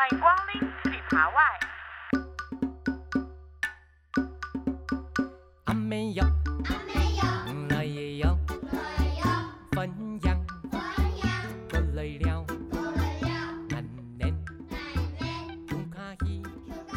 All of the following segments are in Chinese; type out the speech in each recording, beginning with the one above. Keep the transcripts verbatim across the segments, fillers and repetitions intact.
欢迎光临吃里扒外。 阿妹哟，我也有，分享过来了，难念不可以。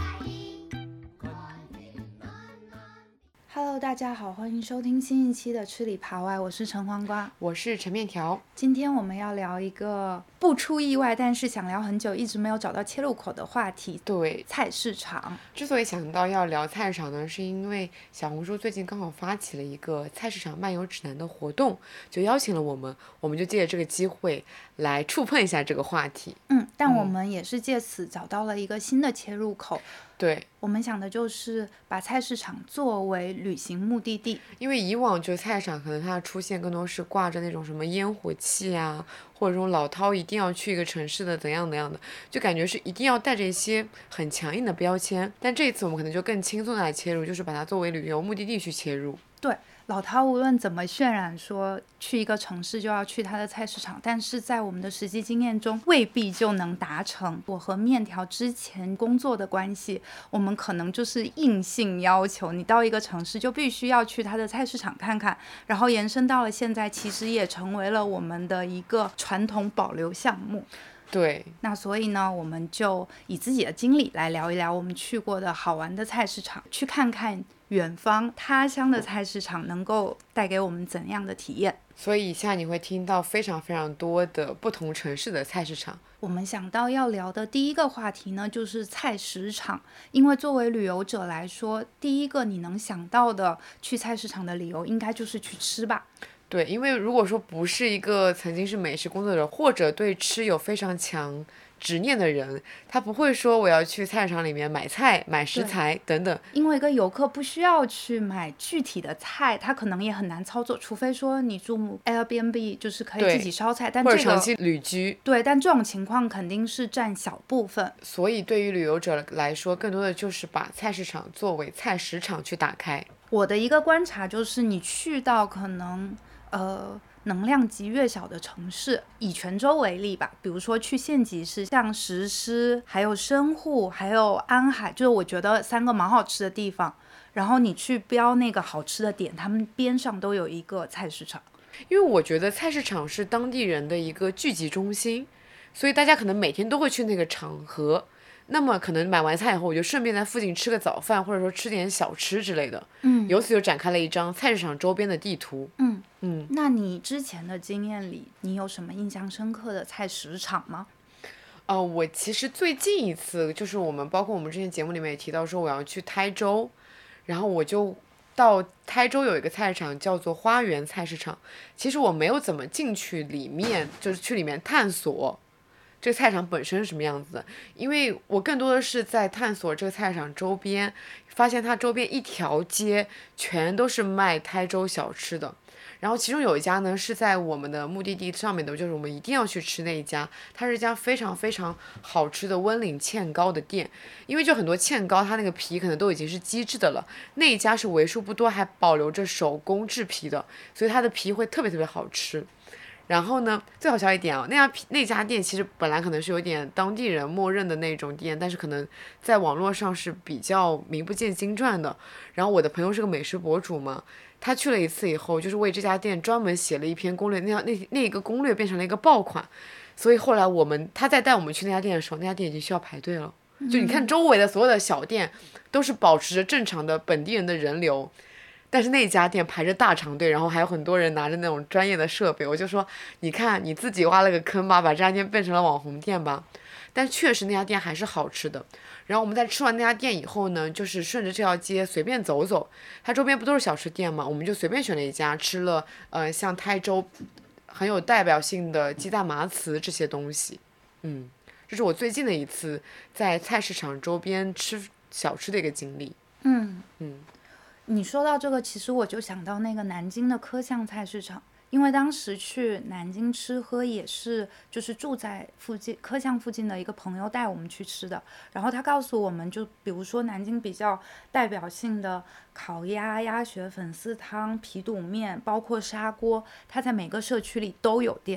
Hello， 大家好，欢迎收听新一期的吃里扒外，我是陈黄瓜， 我是陈面条。 今天我们要聊一个不出意外，但是想聊很久，一直没有找到切入口的话题。 对， 菜市场。 之所以想到要聊菜市场呢，是因为小红书最近刚好发起了一个菜市场漫游指南的活动，就邀请了我们，我们就借着这个机会来触碰一下这个话题。 嗯，但我们也是借此找到了一个新的切入口。 对， 我们想的就是把菜市场作为旅行目的地， 因为以往就菜市场可能它的出现更多是挂着那种什么烟火气啊，或者这种老饕一定要去一个城市的怎样怎样的，就感觉是一定要带着一些很强硬的标签。但这一次我们可能就更轻松的来切入，就是把它作为旅游目的地去切入。 对，老饕无论怎么渲染说去一个城市就要去它的菜市场，但是在我们的实际经验中未必就能达成。我和面条之前工作的关系，我们可能就是硬性要求你到一个城市就必须要去它的菜市场看看，然后延伸到了现在，其实也成为了我们的一个传统保留项目。 对， 那所以呢，我们就以自己的经历来聊一聊我们去过的好玩的菜市场，去看看远方他乡的菜市场能够带给我们怎样的体验。 所以现在你会听到非常非常多的不同城市的菜市场。 我们想到要聊的第一个话题呢，就是菜市场。因为作为旅游者来说，第一个你能想到的去菜市场的理由，应该就是去吃吧。 对，因为如果说不是一个曾经是美食工作者，或者对吃有非常强执念的人，他不会说我要去菜市场里面买菜、买食材等等。 因为一个游客不需要去买具体的菜，他可能也很难操作，除非说你住 Airbnb 就是可以自己烧菜，但这个或者长期旅居。 对，但这种情况肯定是占小部分。 所以对于旅游者来说，更多的就是把菜市场作为菜市场去打开。 我的一个观察就是，你去到可能呃能量级越小的城市，以泉州为例吧，比如说去县级市，像石狮，还有深沪，还有安海，就是我觉得三个蛮好吃的地方。然后你去标那个好吃的点，他们边上都有一个菜市场。 因为我觉得菜市场是当地人的一个聚集中心，所以大家可能每天都会去那个场合。那么可能买完菜以后，我就顺便在附近吃个早饭，或者说吃点小吃之类的。 嗯， 由此就展开了一张菜市场周边的地图。 嗯嗯， 那你之前的经验里，你有什么印象深刻的菜市场吗？ 呃，我其实最近一次就是我们包括我们之前节目里面也提到说我要去台州，然后我就到台州有一个菜市场叫做花园菜市场。其实我没有怎么进去里面，就是去里面探索这个菜场本身是什么样子的，因为我更多的是在探索这个菜场周边，发现它周边一条街全都是卖台州小吃的。然后其中有一家呢是在我们的目的地上面的，就是我们一定要去吃那一家，它是一家非常非常好吃的温岭芡糕的店。因为就很多芡糕它那个皮可能都已经是机制的了，那一家是为数不多还保留着手工制皮的，所以它的皮会特别特别好吃。然后呢，最好笑一点啊，那家那家店其实本来可能是有点当地人默认的那种店，但是可能在网络上是比较名不见经传的。然后我的朋友是个美食博主嘛，他去了一次以后，就是为这家店专门写了一篇攻略，那那那一个攻略变成了一个爆款。所以后来我们他在带我们去那家店的时候，那家店已经需要排队了。就你看周围的所有的小店都是保持着正常的本地人的人流。但是那家店排着大长队，然后还有很多人拿着那种专业的设备，我就说你看你自己挖了个坑吧，把这家店变成了网红店吧。但确实那家店还是好吃的。然后我们在吃完那家店以后呢，就是顺着这条街随便走走，它周边不都是小吃店嘛，我们就随便选了一家吃了，呃，像台州很有代表性的鸡蛋麻糍这些东西。嗯，这是我最近的一次在菜市场周边吃小吃的一个经历。 嗯嗯。 你说到这个，其实我就想到那个南京的科巷菜市场，因为当时去南京吃喝也是就是住在附近科巷附近的一个朋友带我们去吃的，然后他告诉我们，就比如说南京比较代表性的烤鸭、鸭血粉丝汤、皮肚面，包括砂锅，它在每个社区里都有店。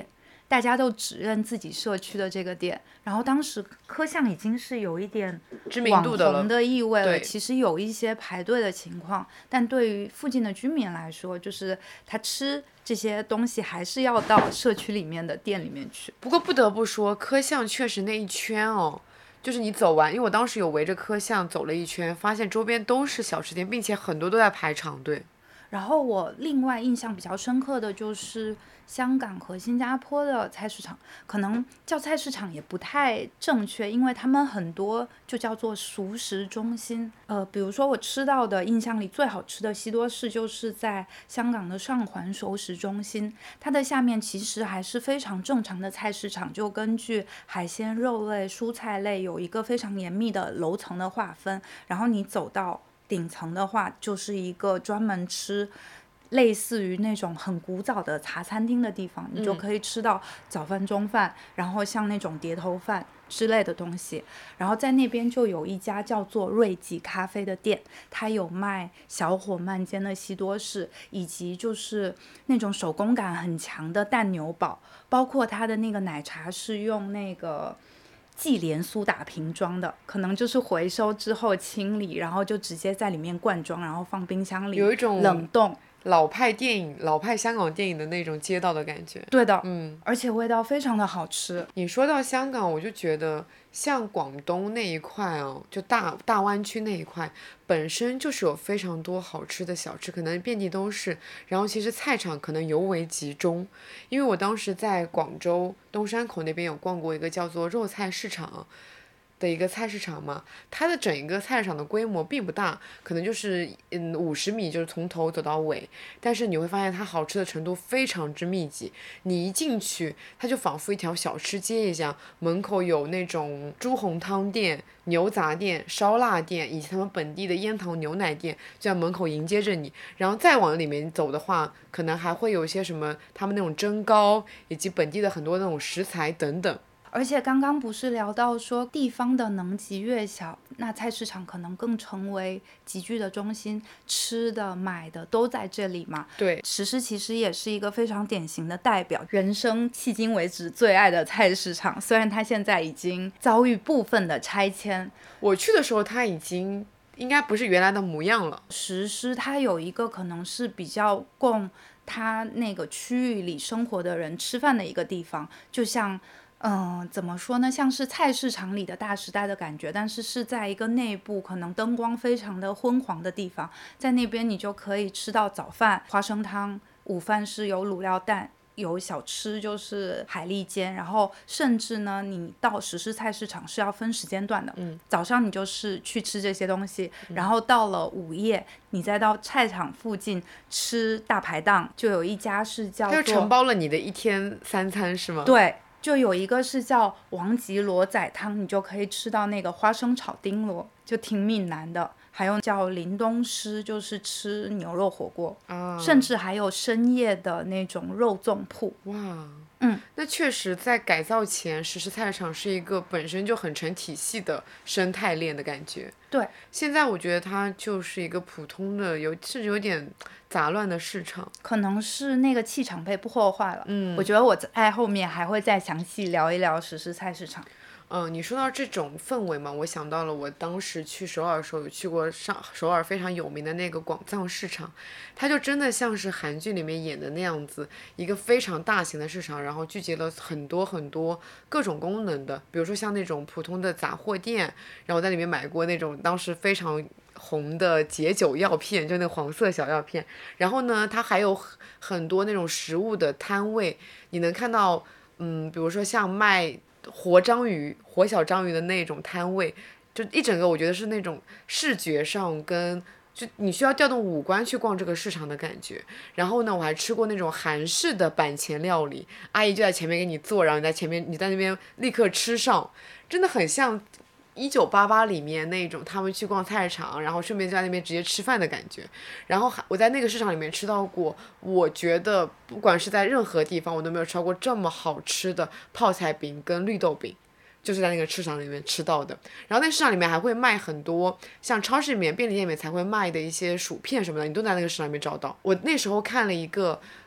大家都只认自己社区的这个店。然后当时科巷已经是有一点知名度的了网红的意味了， 对其实有一些排队的情况，但对于附近的居民来说，就是他吃这些东西还是要到社区里面的店里面去。 不过不得不说，科巷确实那一圈哦，就是你走完，因为我当时有围着科巷走了一圈，发现周边都是小吃店，并且很多都在排长队。 然后我另外印象比较深刻的就是香港和新加坡的菜市场，可能叫菜市场也不太正确，因为他们很多就叫做熟食中心。呃，比如说我吃到的印象里最好吃的西多士就是在香港的上环熟食中心，它的下面其实还是非常正常的菜市场，就根据海鲜、肉类、蔬菜类有一个非常严密的楼层的划分，然后你走到顶层的话就是一个专门吃类似于那种很古早的茶餐厅的地方，你就可以吃到早饭、中饭，然后像那种碟头饭之类的东西。然后在那边就有一家叫做瑞吉咖啡的店，它有卖小火慢煎的西多士，以及就是那种手工感很强的蛋牛堡，包括它的那个奶茶是用那个忌廉苏打瓶装的，可能就是回收之后清理，然后就直接在里面灌装，然后放冰箱里有一种冷冻。 老派电影、老派香港电影的那种街道的感觉。 对的， 嗯， 而且味道非常的好吃。 你说到香港，我就觉得像广东那一块哦，就大大湾区那一块，本身就是有非常多好吃的小吃，可能遍地都是。然后其实菜场可能尤为集中，因为我当时在广州东山口那边有逛过一个叫做肉菜市场的一个菜市场嘛，它的整一个菜市场的规模并不大，可能就是嗯五十米，就是从头走到尾，但是你会发现它好吃的程度非常之密集。你一进去，它就仿佛一条小吃街一样，门口有那种猪红汤店、牛杂店、烧腊店，以及他们本地的烟桃牛奶店，就在门口迎接着你。然后再往里面走的话，可能还会有一些什么他们那种蒸糕，以及本地的很多那种食材等等。 而且刚刚不是聊到说地方的能级越小，那菜市场可能更成为集聚的中心，吃的买的都在这里嘛。 对， 石狮其实也是一个非常典型的代表，人生迄今为止最爱的菜市场，虽然它现在已经遭遇部分的拆迁。 我去的时候它已经应该不是原来的模样了。 石狮它有一个可能是比较供它那个区域里生活的人吃饭的一个地方，就像嗯，怎么说呢？像是菜市场里的大时代的感觉，但是是在一个内部可能灯光非常的昏黄的地方，在那边你就可以吃到早饭花生汤，午饭是有卤料蛋，有小吃就是海蛎煎，然后甚至呢，你到石狮菜市场是要分时间段的， 嗯， 早上你就是去吃这些东西，嗯，然后到了午夜，你再到菜场附近吃大排档，就有一家是叫做， 它就承包了你的一天三餐是吗？ 对。就有一个是叫王吉螺仔汤，你就可以吃到那个花生炒丁螺，就挺闽南的。还有叫林东狮，就是吃牛肉火锅， 啊， 甚至还有深夜的那种肉粽铺。 哇， 嗯， 那确实在改造前，石狮菜市场是一个本身就很成体系的生态链的感觉。 对， 现在我觉得它就是一个普通的，有甚至有点杂乱的市场。 可能是那个气场被破坏了。 嗯， 我觉得我在后面还会再详细聊一聊石狮菜市场。 嗯，你说到这种氛围嘛，我想到了我当时去首尔的时候，有去过上首尔非常有名的那个广藏市场，它就真的像是韩剧里面演的那样子，一个非常大型的市场，然后聚集了很多很多各种功能的，比如说像那种普通的杂货店，然后在里面买过那种当时非常红的解酒药片，就那黄色小药片，然后呢，它还有很多那种食物的摊位，你能看到，嗯，比如说像卖活章鱼、活小章鱼的那种摊位，就一整个我觉得是那种视觉上跟就你需要调动五官去逛这个市场的感觉。然后呢，我还吃过那种韩式的板前料理，阿姨就在前面给你做，然后你在前面你在那边立刻吃上，真的很像一九八八里面那种他们去逛菜市场，然后顺便就在那边直接吃饭的感觉。然后我在那个市场里面吃到过，我觉得不管是在任何地方我都没有吃到过这么好吃的泡菜饼跟绿豆饼，就是在那个市场里面吃到的。然后那个市场里面还会卖很多像超市里面便利店里面才会卖的一些薯片什么的，你都在那个市场里面找到。我那时候看了一个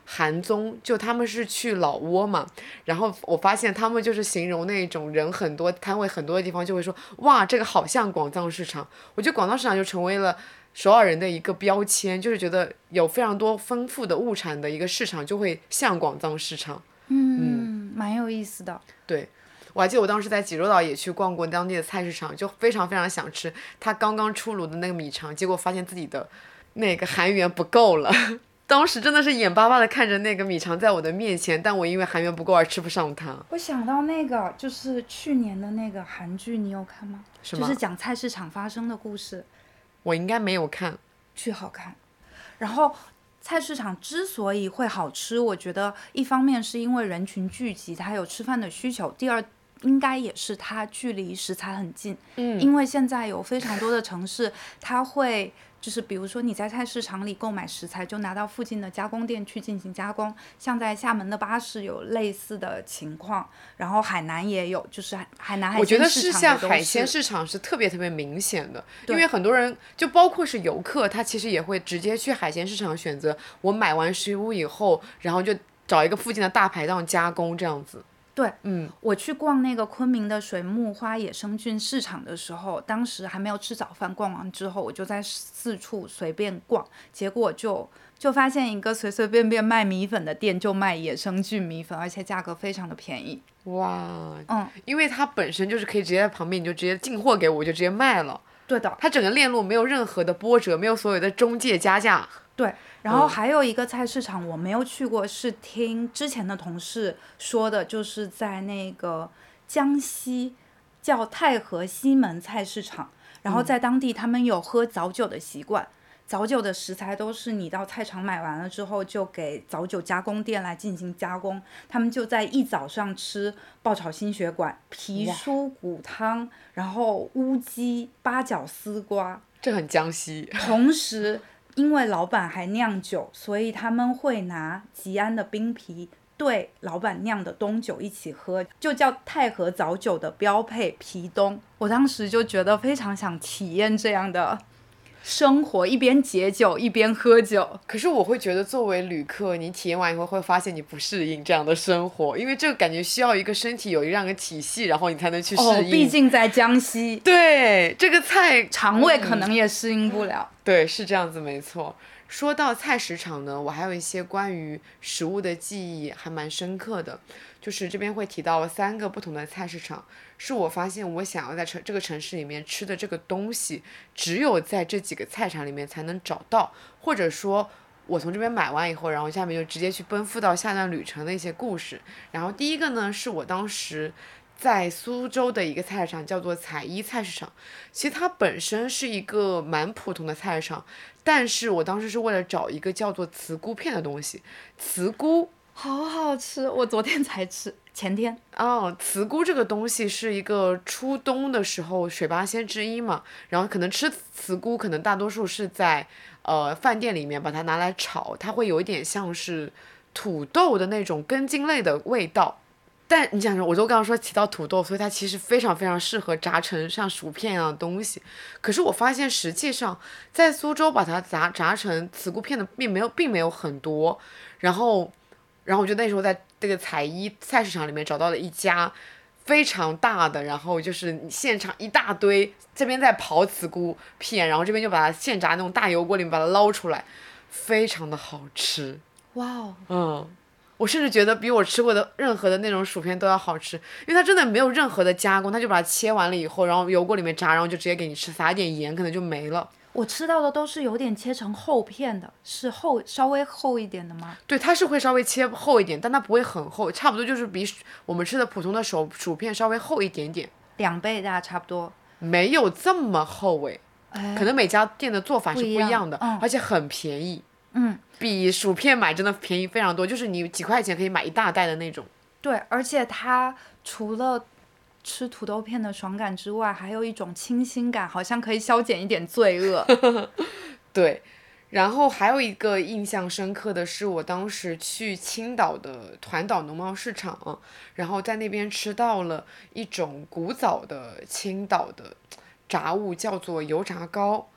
韩综，就他们是去老挝嘛，然后我发现他们就是形容那种人很多、摊位很多的地方，就会说哇，这个好像广藏市场。我觉得广藏市场就成为了首尔人的一个标签，就是觉得有非常多丰富的物产的一个市场，就会像广藏市场。 嗯，蛮有意思的。 对。我还记得我当时在济州岛也去逛过当地的菜市场，就非常非常想吃他刚刚出炉的那个米肠，结果发现自己的那个韩元不够了。当时真的是眼巴巴的看着那个米肠在我的面前，但我因为韩元不够而吃不上它。 我想到那个就是去年的那个韩剧，你有看吗？ 是吗？ 就是讲菜市场发生的故事。 我应该没有看。 巨好看。然后菜市场之所以会好吃，我觉得一方面是因为人群聚集，它有吃饭的需求，第二应该也是它距离食材很近。 嗯， 因为现在有非常多的城市，它会就是比如说你在菜市场里购买食材，就拿到附近的加工店去进行加工。像在厦门的巴士有类似的情况，然后海南也有，就是海南海鲜市场的都是。 我觉得是像海鲜市场是特别特别明显的，因为很多人就包括是游客，他其实也会直接去海鲜市场选择，我买完食物以后，然后就找一个附近的大排档加工这样子。 对， 嗯， 我去逛那个昆明的水木花野生菌市场的时候，当时还没有吃早饭，逛完之后我就在四处随便逛，结果就就发现一个随随便便卖米粉的店就卖野生菌米粉，而且价格非常的便宜。 哇， 嗯， 因为它本身就是可以直接在旁边，你就直接进货给我，就直接卖了。 对的， 它整个链路没有任何的波折，没有所有的中介加价。 对，然后还有一个菜市场我没有去过，是听之前的同事说的，就是在那个江西叫太和西门菜市场，然后在当地他们有喝早酒的习惯。早酒的食材都是你到菜场买完了之后就给早酒加工店来进行加工，他们就在一早上吃爆炒心血管、皮酥骨汤，然后乌鸡、八角丝瓜， 这很江西。 同时因为老板还酿酒，所以他们会拿吉安的冰啤兑老板酿的冬酒一起喝，就叫太和早酒的标配啤冬。我当时就觉得非常想体验这样的生活，一边解酒一边喝酒。 可是我会觉得作为旅客，你体验完以后会发现你不适应这样的生活，因为这个感觉需要一个身体有一样的体系，然后你才能去适应。 哦，毕竟在江西， 对，这个菜肠胃可能也适应不了。 嗯，对，是这样子没错。说到菜市场呢，我还有一些关于食物的记忆还蛮深刻的，就是这边会提到三个不同的菜市场，是我发现我想要在城这个城市里面吃的这个东西，只有在这几个菜场里面才能找到，或者说我从这边买完以后，然后下面就直接去奔赴到下段旅程的一些故事。然后第一个呢，是我当时在苏州的一个菜市场，叫做彩一菜市场。其实它本身是一个蛮普通的菜市场，但是我当时是为了找一个叫做茨菇片的东西。茨菇好好吃，我昨天才吃，前天。 哦，茨菇这个东西是一个初冬的时候水八仙之一嘛，然后可能吃茨菇，可能大多数是在呃饭店里面把它拿来炒，它会有一点像是土豆的那种根茎类的味道。但你想说，我就刚刚说提到土豆，所以它其实非常非常适合炸成像薯片一样的东西。可是我发现实际上在苏州把它炸炸成茨菇片的并没有并没有很多，然后然后我就那时候在这个彩一菜市场里面找到了一家非常大的，然后就是现场一大堆，这边在刨茨菇片，然后这边就把它现炸那种大油锅里面把它捞出来，非常的好吃。 哇哦， 嗯。我甚至觉得比我吃过的任何的那种薯片都要好吃，因为它真的没有任何的加工，它就把它切完了以后，然后油锅里面炸，然后就直接给你吃，撒一点盐可能就没了。 我吃到的都是有点切成厚片的，是厚稍微厚一点的吗？ 对，它是会稍微切厚一点，但它不会很厚，差不多就是比我们吃的普通的手薯片稍微厚一点点， 两倍大差不多。 没有这么厚诶， 哎， 可能每家店的做法是不一样的， 不一样嗯、 而且很便宜。 嗯， 比薯片买真的便宜非常多，就是你几块钱可以买一大袋的那种。 对，而且它除了吃土豆片的爽感之外，还有一种清新感，好像可以消减一点罪恶。 对，然后还有一个印象深刻的是，我当时去青岛的团岛农贸市场，然后在那边吃到了一种古早的青岛的炸物，叫做油炸糕。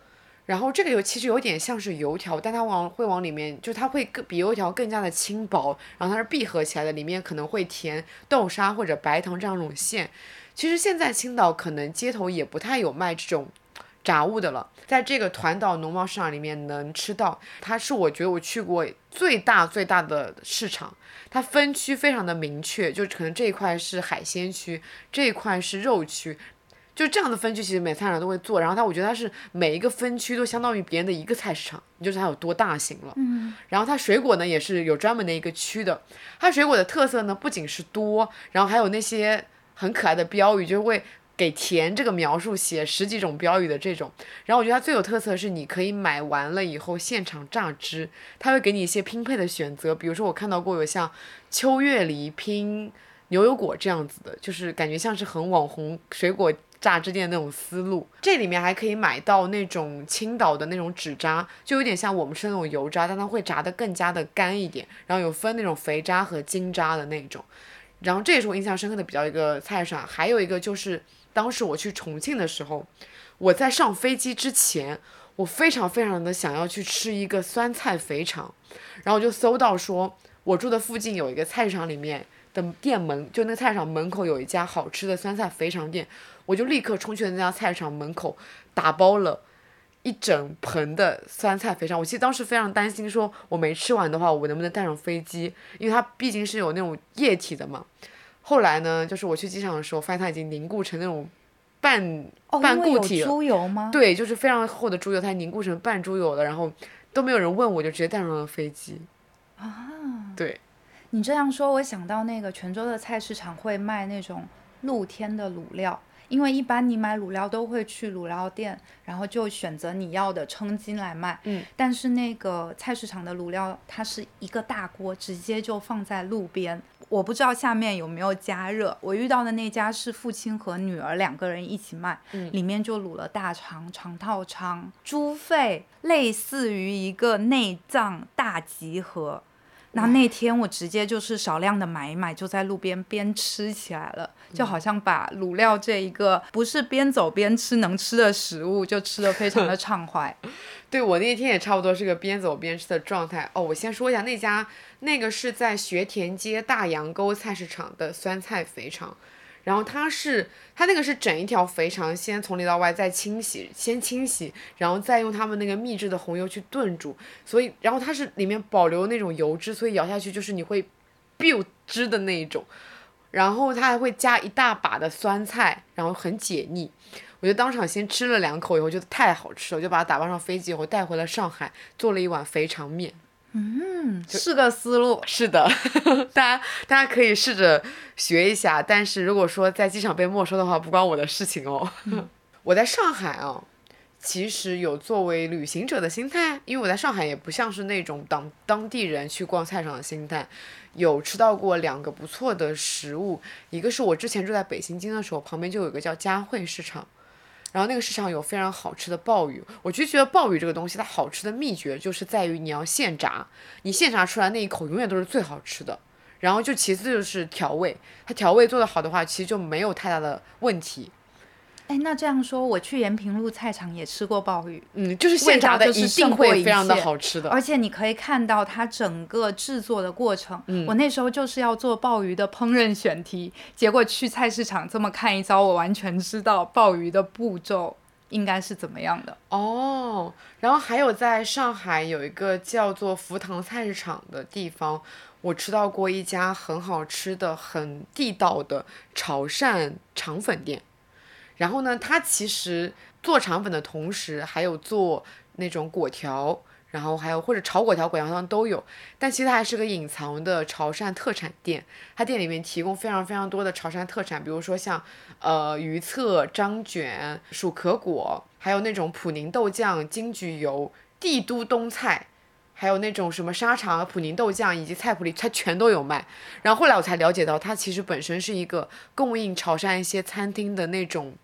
然后这个油其实有点像是油条，但它往会往里面，就它会更比油条更加的轻薄，然后它是闭合起来的，里面可能会填豆沙或者白糖这样一种馅。其实现在青岛可能街头也不太有卖这种炸物的了，在这个团岛农贸市场里面能吃到，它是我觉得我去过最大最大的市场，它分区非常的明确，就可能这一块是海鲜区，这一块是肉区。就这样的分区，其实每菜市场都会做，然后它我觉得它是每一个分区都相当于别人的一个菜市场，你就是它有多大型了。 嗯， 然后它水果呢也是有专门的一个区的，它水果的特色呢不仅是多，然后还有那些很可爱的标语，就会给甜这个描述写十几种标语的这种。然后我觉得它最有特色的是你可以买完了以后现场榨汁，它会给你一些拼配的选择，比如说我看到过有像秋月梨拼牛油果这样子的，就是感觉像是很网红水果榨汁店的那种思路。这里面还可以买到那种青岛的那种纸扎，就有点像我们吃的那种油渣，但它会炸得更加的干一点，然后有分那种肥渣和精渣的那种。然后这也是我印象深刻的比较一个菜市场。还有一个就是当时我去重庆的时候，我在上飞机之前，我非常非常的想要去吃一个酸菜肥肠，然后我就搜到说我住的附近有一个菜市场里面的店门，就那个菜市场门口有一家好吃的酸菜肥肠店，我就立刻冲去了那家菜市场门口，打包了一整盆的酸菜肥肠。我其实当时非常担心说我没吃完的话我能不能带上飞机，因为它毕竟是有那种液体的嘛。后来呢就是我去机场的时候发现它已经凝固成那种半、 哦、 半固体了。 因为有猪油吗？ 对，就是非常厚的猪油，它凝固成半猪油了，然后都没有人问我就直接带上了飞机啊。 对， 你这样说我想到那个泉州的菜市场会卖那种露天的卤料，因为一般你买卤料都会去卤料店，然后就选择你要的称斤来卖。 嗯， 但是那个菜市场的卤料它是一个大锅，直接就放在路边，我不知道下面有没有加热。我遇到的那家是父亲和女儿两个人一起卖， 嗯， 里面就卤了大肠、肠套肠、猪肺，类似于一个内脏大集合。那那天我直接就是少量的买一买，就在路边边吃起来了，就好像把卤料这一个不是边走边吃能吃的食物就吃得非常的畅快。 对，我那天也差不多是个边走边吃的状态。哦，我先说一下那家，那个是在学田街大洋沟菜市场的酸菜肥肠。然后它是它那个是整一条肥肠，先从里到外再清洗，先清洗，然后再用他们那个秘制的红油去炖煮，所以然后它是里面保留那种油脂，所以咬下去就是你会 biu 汁的那一种。然后它还会加一大把的酸菜，然后很解腻。我就当场先吃了两口以后觉得太好吃了，我就把它打包上飞机以后带回了上海，做了一碗肥肠面。 嗯，是个思路。 是的，大家大家可以试着学一下，但是如果说在机场被没收的话，不关我的事情哦。嗯、我在上海啊，其实有作为旅行者的心态，因为我在上海也不像是那种当当地人去逛菜场的心态，有吃到过两个不错的食物，一个是我之前住在北新泾的时候，旁边就有一个叫嘉汇市场。然后那个市场有非常好吃的鲍鱼，我就觉得鲍鱼这个东西它好吃的秘诀就是在于你要现炸，你现炸出来那一口永远都是最好吃的。然后就其次就是调味，它调味做得好的话其实就没有太大的问题。 哎，那这样说我去延平路菜场也吃过鲍鱼， 嗯，就是现炸的一定会非常的好吃的， 而且你可以看到它整个制作的过程。 嗯， 我那时候就是要做鲍鱼的烹饪选题，结果去菜市场这么看一遭，我完全知道鲍鱼的步骤应该是怎么样的。 哦，然后还有在上海有一个叫做福堂菜市场的地方，我吃到过一家很好吃的很地道的潮汕肠粉店。然后呢，它其实做肠粉的同时还有做那种果条，然后还有或者炒果条、果条汤都有，但其实它还是个隐藏的潮汕特产店。它店里面提供非常非常多的潮汕特产，比如说像呃鱼册、章卷、薯壳果，还有那种普宁豆酱、金桔油、帝都冬菜，还有那种什么沙茶、普宁豆酱以及菜谱里它全都有卖。然后后来我才了解到，它其实本身是一个供应潮汕一些餐厅的那种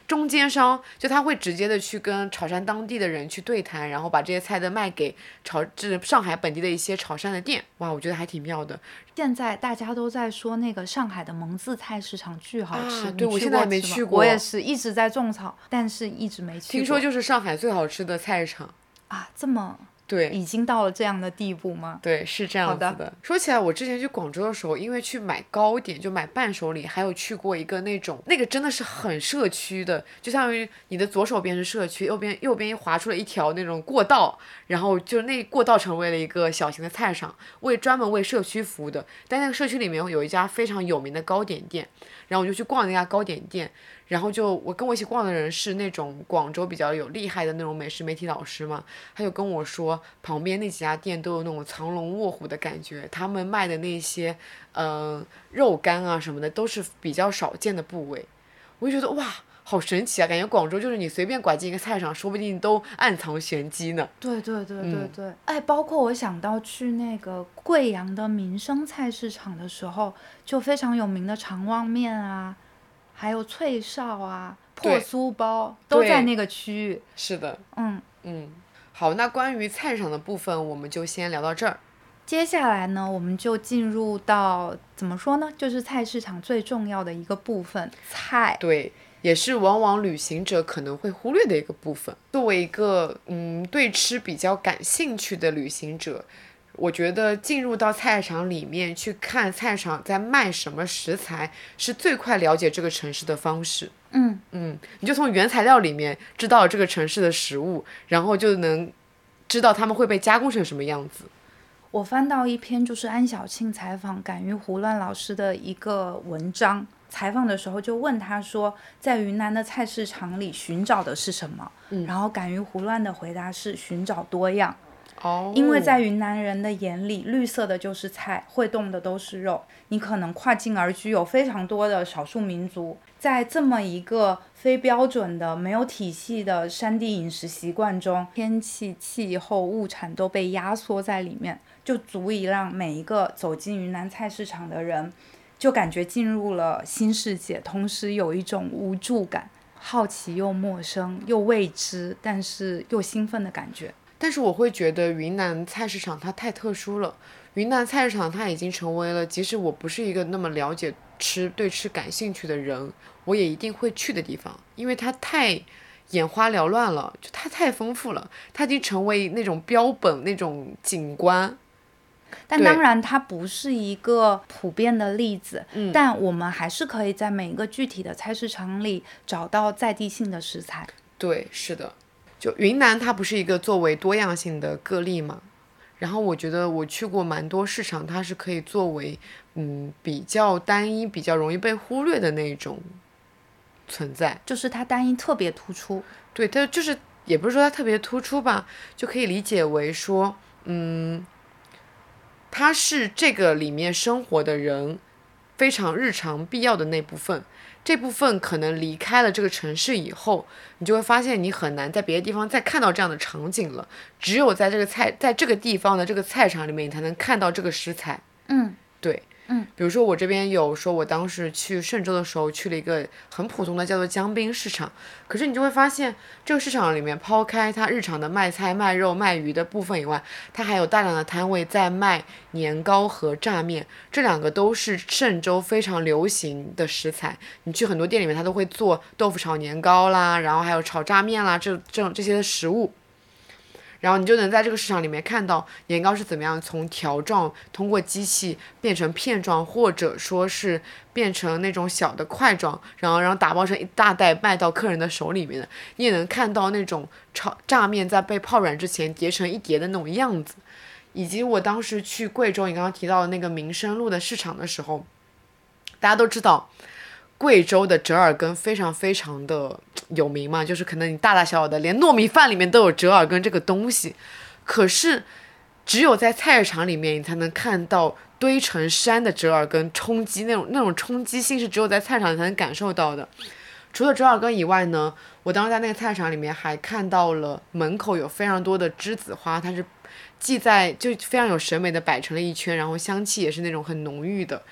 中间商，就他会直接的去跟潮汕当地的人去对谈，然后把这些菜单卖给潮这上海本地的一些潮汕的店。哇，我觉得还挺妙的。 现在大家都在说那个上海的蒙自菜市场巨好吃， 啊， 你对，我现在还没去去过。 过吃吗？我也是一直在种草，但是一直没去过。 听说就是上海最好吃的菜市场啊，这么对， 已经到了这样的地步吗？ 对，是这样子的。 的。说起来，我之前去广州的时候，因为去买糕点，就买伴手礼，还有去过一个那种，那个真的是很社区的，就相当于你的左手边是社区，右边右边划出了一条那种过道，然后就那过道成为了一个小型的菜市场，为专门为社区服务的。但那个社区里面有一家非常有名的糕点店，然后我就去逛那家糕点店。然后就我跟我一起逛的人是那种广州比较有厉害的那种美食媒体老师嘛，他就跟我说旁边那几家店都有那种藏龙卧虎的感觉，他们卖的那些呃肉干啊什么的都是比较少见的部位，我就觉得哇好神奇啊，感觉广州就是你随便拐进一个菜场说不定都暗藏玄机呢。 对对对对对、嗯、哎，包括我想到去那个贵阳的民生菜市场的时候，就非常有名的肠旺面啊，还有脆哨啊，破酥包都在那个区域。 是的。 嗯嗯，好，那关于菜市场的部分我们就先聊到这儿。 接下来呢，我们就进入到怎么说呢，就是菜市场最重要的一个部分，菜。 对，也是往往旅行者可能会忽略的一个部分。作为一个嗯对吃比较感兴趣的旅行者，我觉得进入到菜市场里面去看菜场在卖什么食材，是最快了解这个城市的方式。 嗯嗯，你就从原材料里面知道这个城市的食物，然后就能知道他们会被加工成什么样子。 我翻到一篇就是安小庆采访敢于胡乱老师的一个文章，采访的时候就问他说，在云南的菜市场里寻找的是什么、嗯、然后敢于胡乱的回答是寻找多样。 哦， 因为在云南人的眼里，绿色的就是菜，会动的都是肉。你可能跨境而居，有非常多的少数民族，在这么一个非标准的、没有体系的山地饮食习惯中，天气、气候、物产都被压缩在里面，就足以让每一个走进云南菜市场的人，就感觉进入了新世界，同时有一种无助感，好奇又陌生又未知，但是又兴奋的感觉。 但是我会觉得云南菜市场它太特殊了，云南菜市场它已经成为了即使我不是一个那么了解吃对吃感兴趣的人，我也一定会去的地方，因为它太眼花缭乱了，就它太丰富了，它已经成为那种标本那种景观。 但当然它不是一个普遍的例子、 嗯、 但我们还是可以在每一个具体的菜市场里找到在地性的食材。 对，是的，就云南它不是一个作为多样性的个例嘛，然后我觉得我去过蛮多市场，它是可以作为嗯比较单一比较容易被忽略的那种存在， 就是它单一特别突出。 对，它就是也不是说它特别突出吧，就可以理解为说嗯它是这个里面生活的人非常日常必要的那部分，这部分可能离开了这个城市以后，你就会发现你很难在别的地方再看到这样的场景了，只有在这个菜在这个地方的这个菜场里面你才能看到这个食材。 嗯， 对， 嗯， 比如说我这边有说我当时去嵊州的时候去了一个很普通的叫做江滨市场，可是你就会发现这个市场里面抛开它日常的卖菜卖肉卖鱼的部分以外，它还有大量的摊位在卖年糕和炸面，这两个都是嵊州非常流行的食材，你去很多店里面它都会做豆腐炒年糕啦，然后还有炒炸面啦，这这种这些的食物，然后你就能在这个市场里面看到年糕是怎么样从条状通过机器变成片状，或者说是变成那种小的块状，然后然后打包成一大袋卖到客人的手里面的。你也能看到那种炒炸面在被泡软之前叠成一叠的那种样子。以及我当时去贵州你刚刚提到的那个民生路的市场的时候，大家都知道贵州的折耳根非常非常的有名嘛，就是可能你大大小小的连糯米饭里面都有折耳根这个东西，可是只有在菜市场里面你才能看到堆成山的折耳根冲击，那种那种冲击性是只有在菜市场才能感受到的。除了折耳根以外呢，我当时在那个菜市场里面还看到了门口有非常多的栀子花，它是系在就非常有审美的摆成了一圈，然后香气也是那种很浓郁的。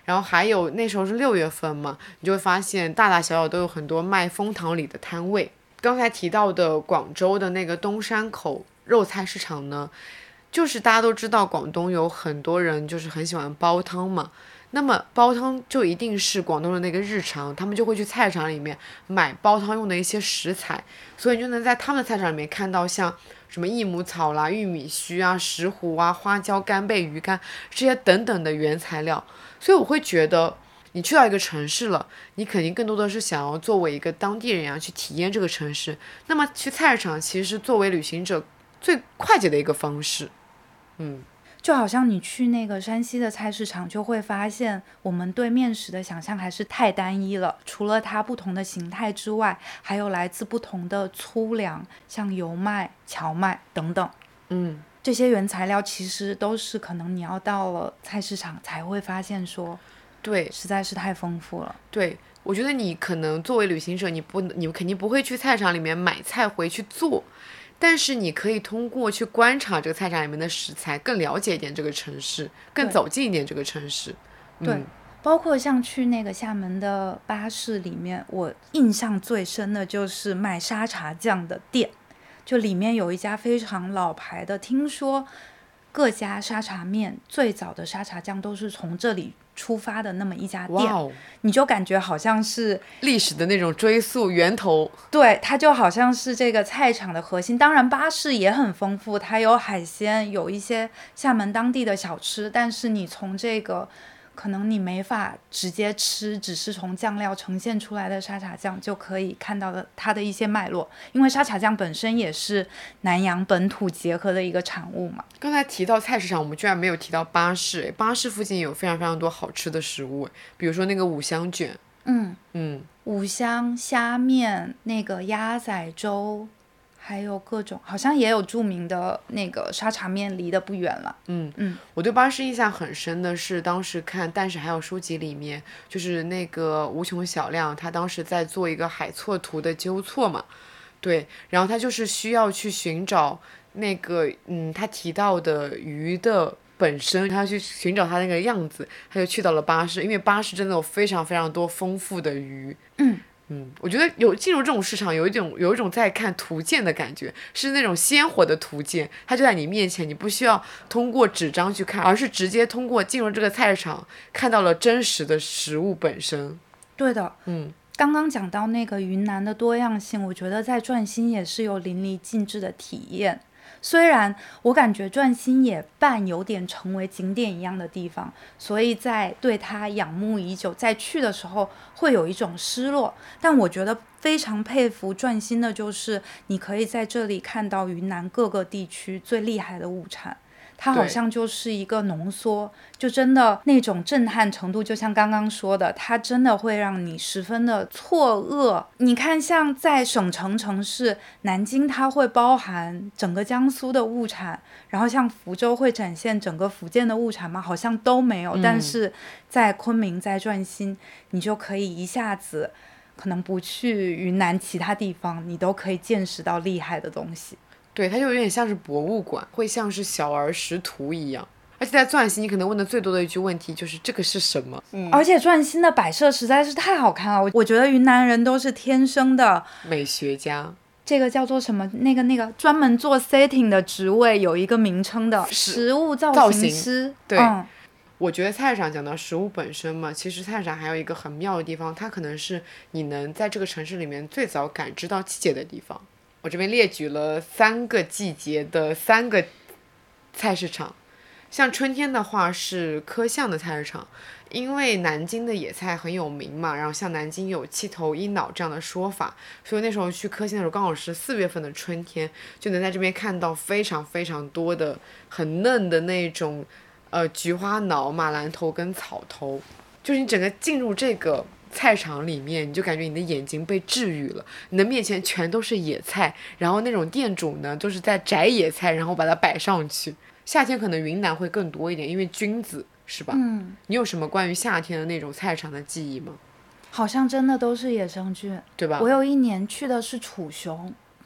然后还有那时候是六月份嘛，你就会发现大大小小都有很多卖枫糖李的摊位。刚才提到的广州的那个东山口肉菜市场呢，就是大家都知道广东有很多人就是很喜欢煲汤嘛，那么煲汤就一定是广东的那个日常，他们就会去菜场里面买煲汤用的一些食材，所以你就能在他们的菜场里面看到像什么益母草啦、玉米须啊、石斛啊、花椒、干贝、鱼干这些等等的原材料。所以我会觉得你去到一个城市了，你肯定更多的是想要作为一个当地人一样去体验这个城市，那么去菜市场其实是作为旅行者最快捷的一个方式。嗯， 就好像你去那个山西的菜市场，就会发现我们对面食的想象还是太单一了。除了它不同的形态之外，还有来自不同的粗粮，像油麦、荞麦等等。 嗯， 这些原材料其实都是可能你要到了菜市场才会发现说， 对， 实在是太丰富了。 对，我觉得你可能作为旅行者，你不，你肯定不会去菜场里面买菜回去做。但是你可以通过去观察这个菜场里面的食材，更了解一点这个城市，更走近一点这个城市。 对、 嗯， 包括像去那个厦门的巴士里面，我印象最深的就是卖沙茶酱的店，就里面有一家非常老牌的，听说各家沙茶面最早的沙茶酱都是从这里出发的那么一家店， 哇哦， 你就感觉好像是历史的那种追溯源头。 对，它就好像是这个菜场的核心。当然巴士也很丰富，它有海鲜，有一些厦门当地的小吃，但是你从这个可能你没法直接吃，只是从酱料呈现出来的沙茶酱就可以看到的它的一些脉络，因为沙茶酱本身也是南洋本土结合的一个产物嘛。 刚才提到菜市场，我们居然没有提到巴士。巴士附近有非常非常多好吃的食物，比如说那个五香卷。 嗯嗯， 五香虾面，那个鸭仔粥，还有各种，好像也有著名的那个沙茶面，离得不远了。 嗯嗯， 我对巴士印象很深的是，当时看《但是还有书籍》里面，就是那个无穷小亮，他当时在做一个海错图的纠错嘛，对，然后他就是需要去寻找那个，嗯，他提到的鱼的本身，他要去寻找它那个样子，他就去到了巴士，因为巴士真的有非常非常多丰富的鱼。 嗯。 嗯，我觉得有进入这种市场，有一种有一种在看图鉴的感觉，是那种鲜活的图鉴，它就在你面前，你不需要通过纸张去看，而是直接通过进入这个菜市场看到了真实的食物本身。 对的， 嗯， 刚刚讲到那个云南的多样性，我觉得在转心也是有淋漓尽致的体验。虽然我感觉转心也半有点成为景点一样的地方，所以在对它仰慕已久，在去的时候会有一种失落，但我觉得非常佩服转心的就是你可以在这里看到云南各个地区最厉害的物产，它好像就是一个浓缩，就真的那种震撼程度，就像刚刚说的，它真的会让你十分的错愕。你看像在省城城市南京，它会包含整个江苏的物产，然后像福州会展现整个福建的物产吗？好像都没有、嗯、但是在昆明在转心，你就可以一下子可能不去云南其他地方，你都可以见识到厉害的东西。 对，它就有点像是博物馆，会像是小儿识图一样。而且在钻心，你可能问的最多的一句问题就是这个是什么？ 嗯，而且钻心的摆设实在是太好看了，我觉得云南人都是天生的美学家。 这个叫做什么？那个那个专门做 setting 的职位有一个名称的食物造型师。 对、 嗯， 我觉得菜市场讲到食物本身嘛，其实菜市场还有一个很妙的地方，它可能是你能在这个城市里面最早感知到季节的地方。我这边列举了三个季节的三个菜市场，像春天的话是柯巷的菜市场，因为南京的野菜很有名嘛，然后像南京有七头一脑这样的说法，所以那时候去柯巷的时候刚好是四月份的春天，就能在这边看到非常非常多的很嫩的那种呃菊花脑、马兰头跟草头，就是你整个进入这个菜场里面，你就感觉你的眼睛被治愈了，你的面前全都是野菜，然后那种店主呢就是在摘野菜然后把它摆上去。夏天可能云南会更多一点，因为菌子是吧？ 嗯， 你有什么关于夏天的那种菜场的记忆吗？ 好像真的都是野生菌， 对吧？ 我有一年去的是楚雄，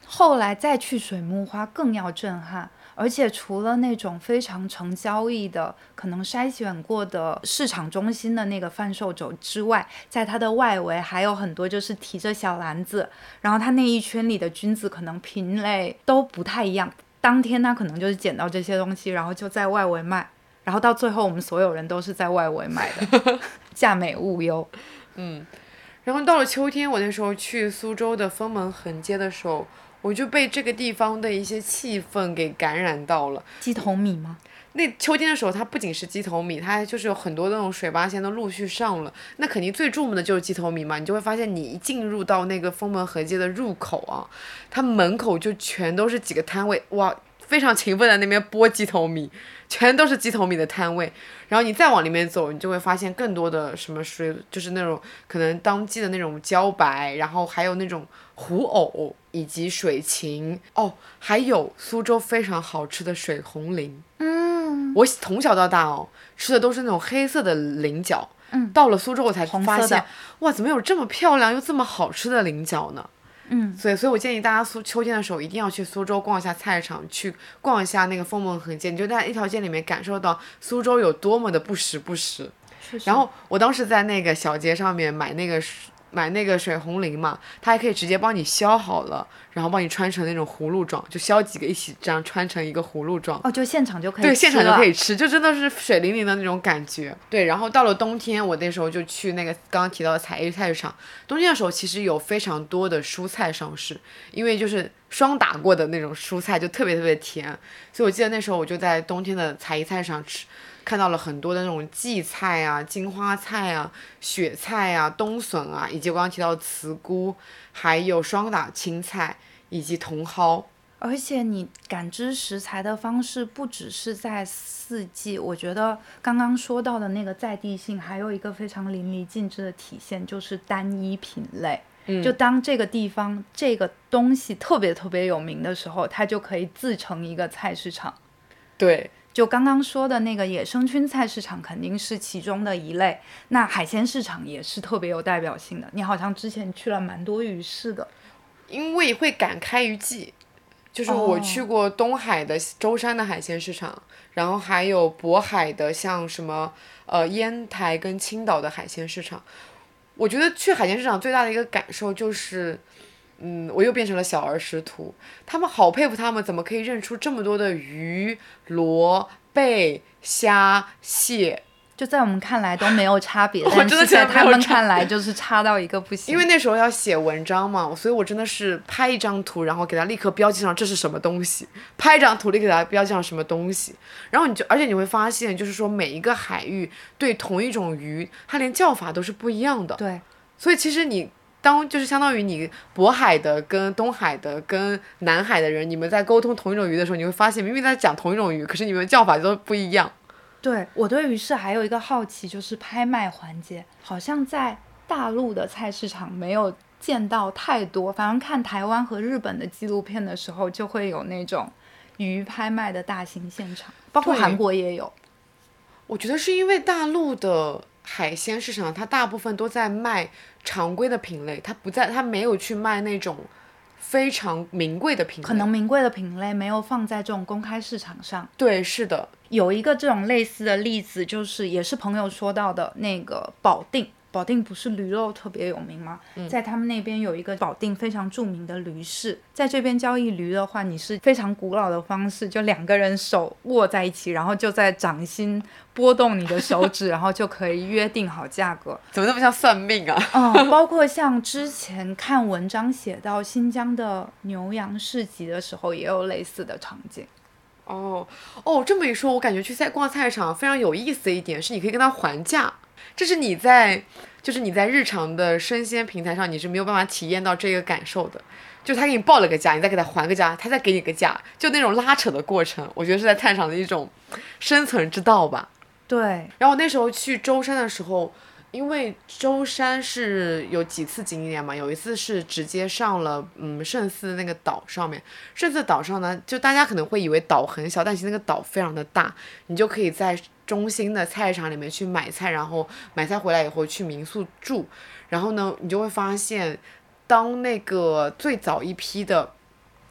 后来再去水木花更要震撼，而且除了那种非常成交易的可能筛选过的市场中心的那个贩售者之外，在它的外围还有很多就是提着小篮子，然后它那一圈里的菌子可能品类都不太一样，当天他可能就是捡到这些东西，然后就在外围卖，然后到最后我们所有人都是在外围买的价美物优。 嗯，然后到了秋天，我那时候去苏州的封门横街的时候，我就被这个地方的一些气氛给感染到了。 鸡头米吗？ 那秋天的时候，它不仅是鸡头米，它就是有很多那种水八仙都陆续上了。那肯定最著名的就是鸡头米嘛，你就会发现你一进入到那个封门横街的入口啊，它门口就全都是几个摊位，哇，非常勤奋在那边剥鸡头米，全都是鸡头米的摊位。然后你再往里面走，你就会发现更多的什么水，就是那种可能当季的那种茭白，然后还有那种虎藕以及水芹哦，还有苏州非常好吃的水红鳞。 嗯， 我从小到大哦，吃的都是那种黑色的菱角。 嗯， 到了苏州我才红发现色的， 哇，怎么有这么漂亮又这么好吃的菱角呢？ 嗯， 所以，所以我建议大家苏秋天的时候一定要去苏州逛一下菜场，去逛一下那个封门横街，你就在一条街里面感受到苏州有多么的不时不食。 是是。 然后我当时在那个小街上面买那个买那个水红鳞嘛，它还可以直接帮你削好了，然后帮你穿成那种葫芦状，就削几个一起这样穿成一个葫芦状。 哦，就现场就可以吃了。 对，现场就可以吃，就真的是水灵灵的那种感觉。对，然后到了冬天，我那时候就去那个刚刚提到的采邑菜市场。冬天的时候，其实有非常多的蔬菜上市，因为就是霜打过的那种蔬菜，就特别特别甜。所以我记得那时候我就在冬天的采邑菜市场吃。看到了很多的那种荠菜啊、金花菜啊、雪菜啊、冬笋啊，以及我刚刚提到的茨菇，还有霜打青菜以及茼蒿。 而且你感知食材的方式不只是在四季，我觉得刚刚说到的那个在地性，还有一个非常淋漓尽致的体现，就是单一品类。 嗯、 就当这个地方这个东西特别特别有名的时候，它就可以自成一个菜市场。 对。 就刚刚说的那个野生菌菜市场肯定是其中的一类，那海鲜市场也是特别有代表性的。你好像之前去了蛮多鱼市的。 因为会赶开渔季，就是我去过东海的舟山的海鲜市场，然后还有渤海的像什么呃烟台跟青岛的海鲜市场。我觉得去海鲜市场最大的一个感受就是。嗯，我又变成了小儿识途。他们好佩服他们怎么可以认出这么多的鱼、螺、贝、虾、蟹， 就在我们看来都没有差别， 但是在他们看来就是差到一个不行。 因为那时候要写文章嘛，所以我真的是拍一张图，然后给它立刻标记上这是什么东西，拍一张图立刻给它标记上什么东西。然后你就，而且你会发现，就是说每一个海域对同一种鱼，它连叫法都是不一样的。 对， 所以其实你。当就是相当于你渤海的跟东海的跟南海的人，你们在沟通同一种鱼的时候，你会发现明明在讲同一种鱼，可是你们叫法都不一样。 对，我对于是还有一个好奇，就是拍卖环节，好像在大陆的菜市场没有见到太多，反正看台湾和日本的纪录片的时候，就会有那种鱼拍卖的大型现场，包括韩国也有。 我觉得是因为大陆的海鲜市场，它大部分都在卖常规的品类，它不在，它没有去卖那种非常名贵的品类。 可能名贵的品类没有放在这种公开市场上。 对，是的。 有一个这种类似的例子，就是也是朋友说到的那个保定。保定不是驴肉特别有名吗、嗯、在他们那边有一个保定非常著名的驴市，在这边交易驴的话，你是非常古老的方式，就两个人手握在一起，然后就在掌心拨动你的手指然后就可以约定好价格。 怎么那么像算命啊？ 嗯，包括像之前看文章写到新疆的牛羊市集的时候也有类似的场景。 哦哦，这么一说，我感觉去菜逛菜场非常有意思的一点是，你可以跟他还价。这是你在，就是你在日常的生鲜平台上，你是没有办法体验到这个感受的。就他给你报了个价，你再给他还个价，他再给你个价，就那种拉扯的过程，我觉得是在菜场的一种生存之道吧。 对。 然后我那时候去舟山的时候，因为舟山是有几次景点嘛，有一次是直接上了嗯圣寺那个岛上面。圣寺岛上呢，就大家可能会以为岛很小，但其实那个岛非常的大，你就可以在中心的菜市场里面去买菜，然后买菜回来以后去民宿住。然后呢，你就会发现，当那个最早一批的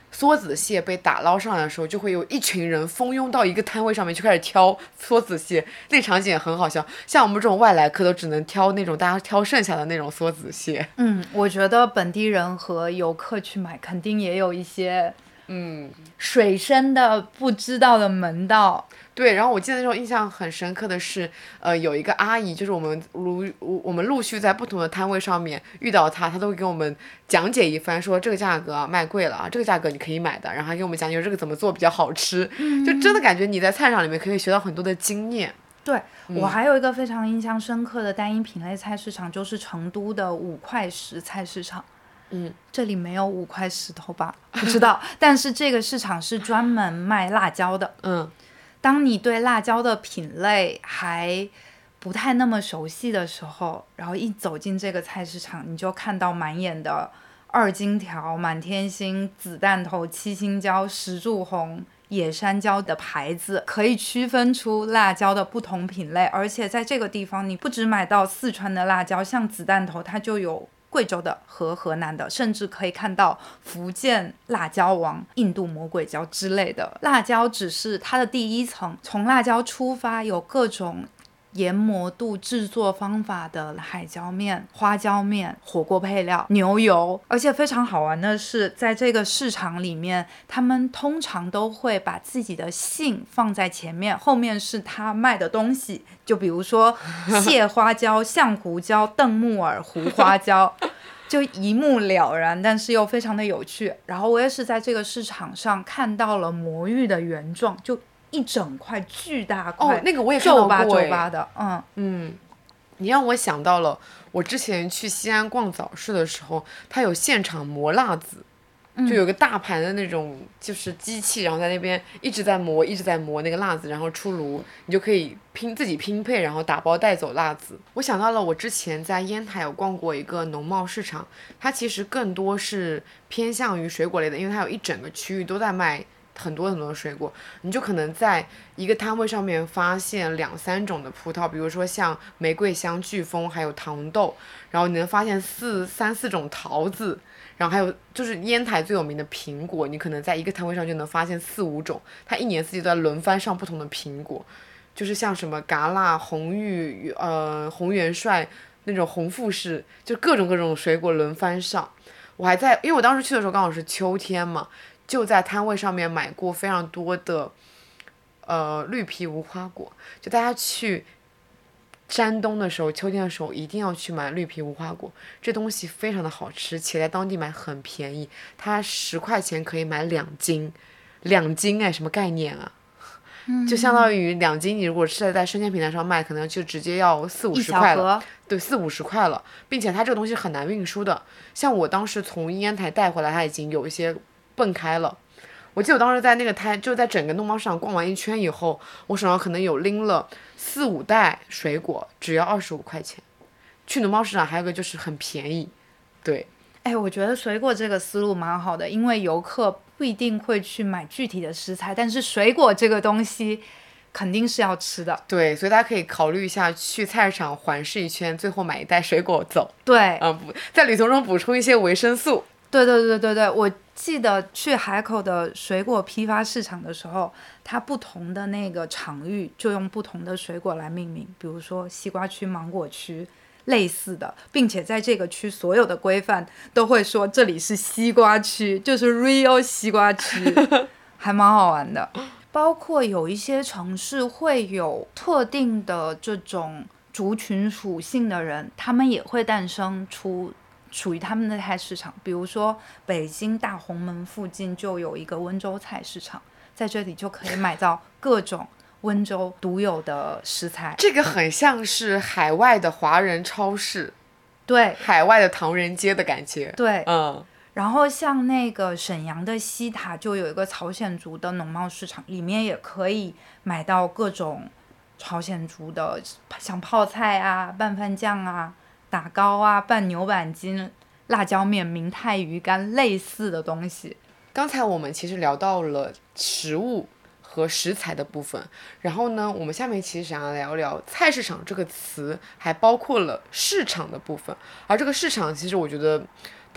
梭子蟹被打捞上来的时候，就会有一群人蜂拥到一个摊位上面去开始挑梭子蟹，那场景也很好笑。像我们这种外来客都只能挑那种大家挑剩下的那种梭子蟹。 嗯，我觉得本地人和游客去买肯定也有一些嗯水深的不知道的门道。 对，然后我记得那时候印象很深刻的是，呃，有一个阿姨，就是我们陆我们陆续在不同的摊位上面遇到她，她都会给我们讲解一番，说这个价格啊卖贵了啊，这个价格你可以买的，然后还给我们讲解这个怎么做比较好吃， 嗯、 就真的感觉你在菜场里面可以学到很多的经验。 对、 嗯、 我还有一个非常印象深刻的单一品类菜市场，就是成都的五块石菜市场。 嗯， 这里没有五块石头吧？不知道，但是这个市场是专门卖辣椒的。 嗯。 当你对辣椒的品类还不太那么熟悉的时候，然后一走进这个菜市场，你就看到满眼的二荆条、满天星、子弹头、七星椒、石柱红、野山椒的牌子，可以区分出辣椒的不同品类。而且在这个地方，你不只买到四川的辣椒，像子弹头它就有贵州的和河南的，甚至可以看到福建辣椒王、印度魔鬼椒之类的。辣椒只是它的第一层，从辣椒出发，有各种研磨度制作方法的海椒面、花椒面、火锅配料、牛油。而且非常好玩的是，在这个市场里面，他们通常都会把自己的姓放在前面，后面是他卖的东西，就比如说蟹花椒、象胡椒、邓木耳、胡花椒，就一目了然，但是又非常的有趣。然后我也是在这个市场上看到了魔芋的原状，就一整块巨大块， 哦，那个我也看到过， 皱巴皱巴的，嗯嗯，你让我想到了我之前去西安逛早市的时候，它有现场磨辣子，就有个大盘的那种就是机器，然后在那边一直在磨，一直在磨那个辣子，然后出炉，你就可以拼自己拼配，然后打包带走辣子。我想到了我之前在烟台有逛过一个农贸市场，它其实更多是偏向于水果类的，因为它有一整个区域都在卖很多很多的水果，你就可能在一个摊位上面发现两三种的葡萄，比如说像玫瑰香、巨峰，还有糖豆，然后你能发现四三四种桃子，然后还有就是烟台最有名的苹果，你可能在一个摊位上就能发现四五种，它一年四季都在轮番上不同的苹果，就是像什么嘎啦、红玉、呃红元帅那种红富士，就各种各种水果轮番上。我还在，因为我当时去的时候刚好是秋天嘛，就在摊位上面买过非常多的呃绿皮无花果，就大家去山东的时候，秋天的时候一定要去买绿皮无花果，这东西非常的好吃，且在当地买很便宜，它十块钱可以买两斤，两斤哎，什么概念啊？就相当于两斤，你如果是在生鲜平台上卖，可能就直接要四五十块了，对，四五十块了，并且它这个东西很难运输的。像我当时从烟台带回来，它已经有一些蹦开了。我记得我当时在那个摊，就在整个农贸市场逛完一圈以后，我手上可能有拎了四五袋水果，只要二十五块钱。去农贸市场还有个就是很便宜，对。 哎，我觉得水果这个思路蛮好的，因为游客不一定会去买具体的食材，但是水果这个东西肯定是要吃的。 对，所以大家可以考虑一下去菜市场环视一圈，最后买一袋水果走。 对， 嗯，在旅途中补充一些维生素。 对对对对对，我记得去海口的水果批发市场的时候，它不同的那个场域就用不同的水果来命名，比如说西瓜区、芒果区，类似的，并且在这个区所有的规范都会说这里是西瓜区，就是 real 西瓜区，还蛮好玩的。包括有一些城市会有特定的这种族群属性的人，他们也会诞生出属于他们的菜市场，比如说北京大红门附近就有一个温州菜市场，在这里就可以买到各种温州独有的食材。 这个很像是海外的华人超市， 对， 海外的唐人街的感觉。 对， 嗯。 然后像那个沈阳的西塔就有一个朝鲜族的农贸市场，里面也可以买到各种朝鲜族的，像泡菜啊、拌饭酱啊、打糕啊、拌牛板筋、辣椒面、明太鱼干类似的东西。 刚才我们其实聊到了食物和食材的部分，然后呢，我们下面其实想要聊聊菜市场这个词还包括了市场的部分，而这个市场其实我觉得它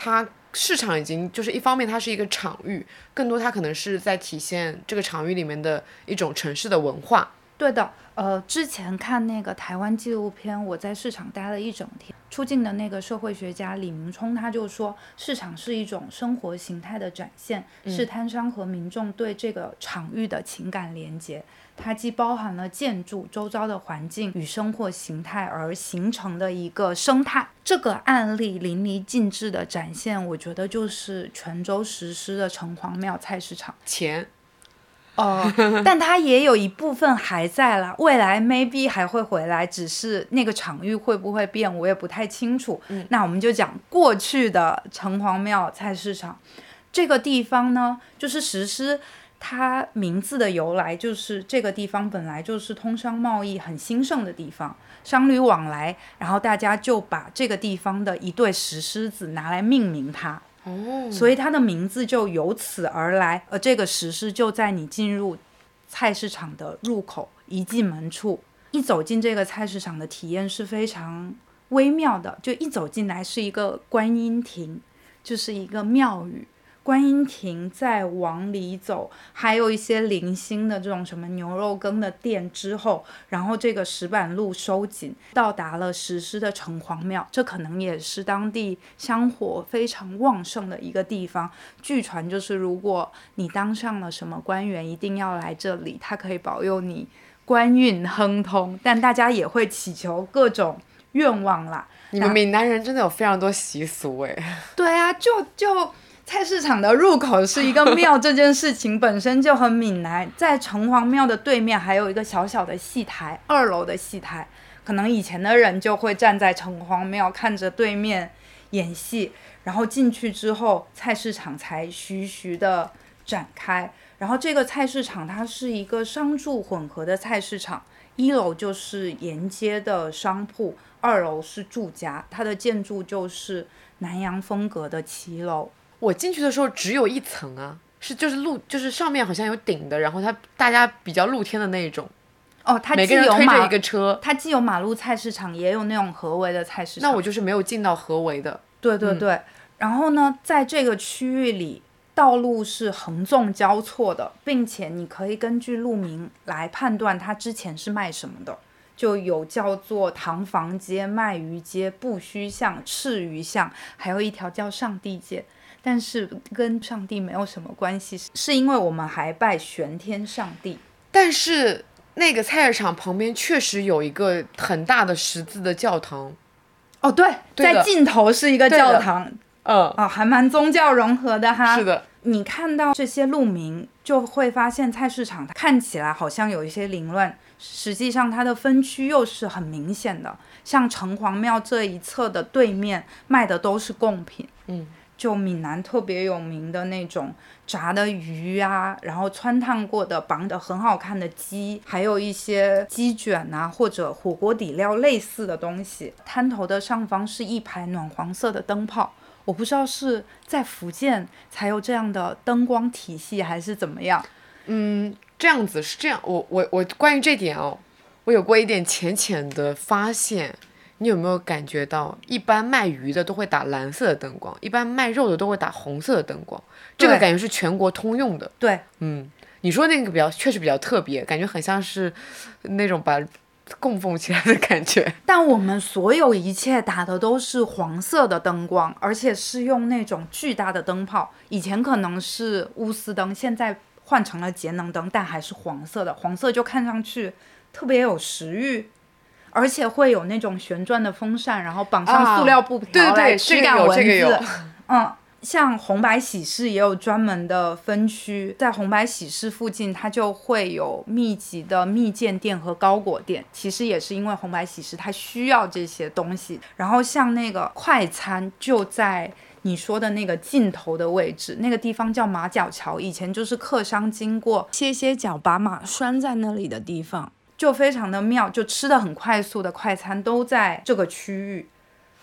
市场已经就是一方面它是一个场域，更多它可能是在体现这个场域里面的一种城市的文化。 对的，呃，之前看那个台湾纪录片，我在市场待了一整天。出镜的那个社会学家李明冲他就说，市场是一种生活形态的展现， 嗯是摊商和民众对这个场域的情感连接。它既包含了建筑周遭的环境与生活形态而形成的一个生态。这个案例淋漓尽致的展现，我觉得就是泉州实施的城隍庙菜市场。 钱哦，但它也有一部分还在了，未来 maybe 还会回来，只是那个场域会不会变，我也不太清楚。 嗯， 那我们就讲过去的城隍庙菜市场这个地方呢，就是实施它名字的由来，就是这个地方本来就是通商贸易很兴盛的地方，商旅往来，然后大家就把这个地方的一对石狮子拿来命名它。 哦， 所以它的名字就由此而来，而这个石狮就在你进入菜市场的入口一进门处，一走进这个菜市场的体验是非常微妙的，就一走进来是一个观音亭，就是一个庙宇，观音亭再往里走，还有一些零星的这种什么牛肉羹的店之后，然后这个石板路收紧，到达了石狮的城隍庙，这可能也是当地香火非常旺盛的一个地方。据传就是如果你当上了什么官员，一定要来这里，它可以保佑你官运亨通，但大家也会祈求各种愿望啦。 你们闽南人真的有非常多习俗诶。 对啊，就就菜市场的入口是一个庙，这件事情本身就很闽南。在城隍庙的对面还有一个小小的戏台，二楼的戏台，可能以前的人就会站在城隍庙看着对面演戏，然后进去之后菜市场才徐徐的展开。然后这个菜市场它是一个商住混合的菜市场，一楼就是沿街的商铺，二楼是住家，它的建筑就是南洋风格的骑楼。 我进去的时候只有一层啊，是就是露，就是上面好像有顶的，然后它大家比较露天的那一种。 哦，它每既有马个人推着一个车， 它既有马路菜市场，也有那种合围的菜市场。 那我就是没有进到合围的。 对对对、嗯、然后呢，在这个区域里，道路是横纵交错的，并且你可以根据路名来判断它之前是卖什么的。就有叫做糖房街、卖鱼街、不须巷、赤鱼巷，还有一条叫上帝街，但是跟上帝没有什么关系，是因为我们还拜玄天上帝。 但是那个菜市场旁边确实有一个很大的十字的教堂。 哦，对， 对在尽头是一个教堂。 嗯， 哦，还蛮宗教融合的哈。 是的， 你看到这些路名，就会发现菜市场它看起来好像有一些凌乱，实际上它的分区又是很明显的。像城隍庙这一侧的对面卖的都是贡品， 嗯， 就闽南特别有名的那种炸的鱼啊，然后汆烫过的绑的很好看的鸡，还有一些鸡卷啊或者火锅底料类似的东西。摊头的上方是一排暖黄色的灯泡，我不知道是在福建才有这样的灯光体系还是怎么样。 嗯，这样子是这样。我我我关于这点哦，我有过一点浅浅的发现。你有没有感觉到，一般卖鱼的都会打蓝色的灯光，一般卖肉的都会打红色的灯光，这个感觉是全国通用的。 对， 嗯，你说那个比较确实比较特别，感觉很像是那种把供奉起来的感觉。 但我们所有一切打的都是黄色的灯光，而且是用那种巨大的灯泡，以前可能是钨丝灯，现在换成了节能灯，但还是黄色的，黄色就看上去特别有食欲，而且会有那种旋转的风扇，然后绑上塑料布条来驱赶蚊子。 啊、对对对，这个有，这个有。 嗯，像红白喜事也有专门的分区，在红白喜事附近它就会有密集的蜜饯店和糕果店，其实也是因为红白喜事它需要这些东西。然后像那个快餐就在你说的那个尽头的位置，那个地方叫马脚桥，以前就是客商经过歇歇脚把马拴在那里的地方，就非常的妙，就吃的很快速的快餐都在这个区域。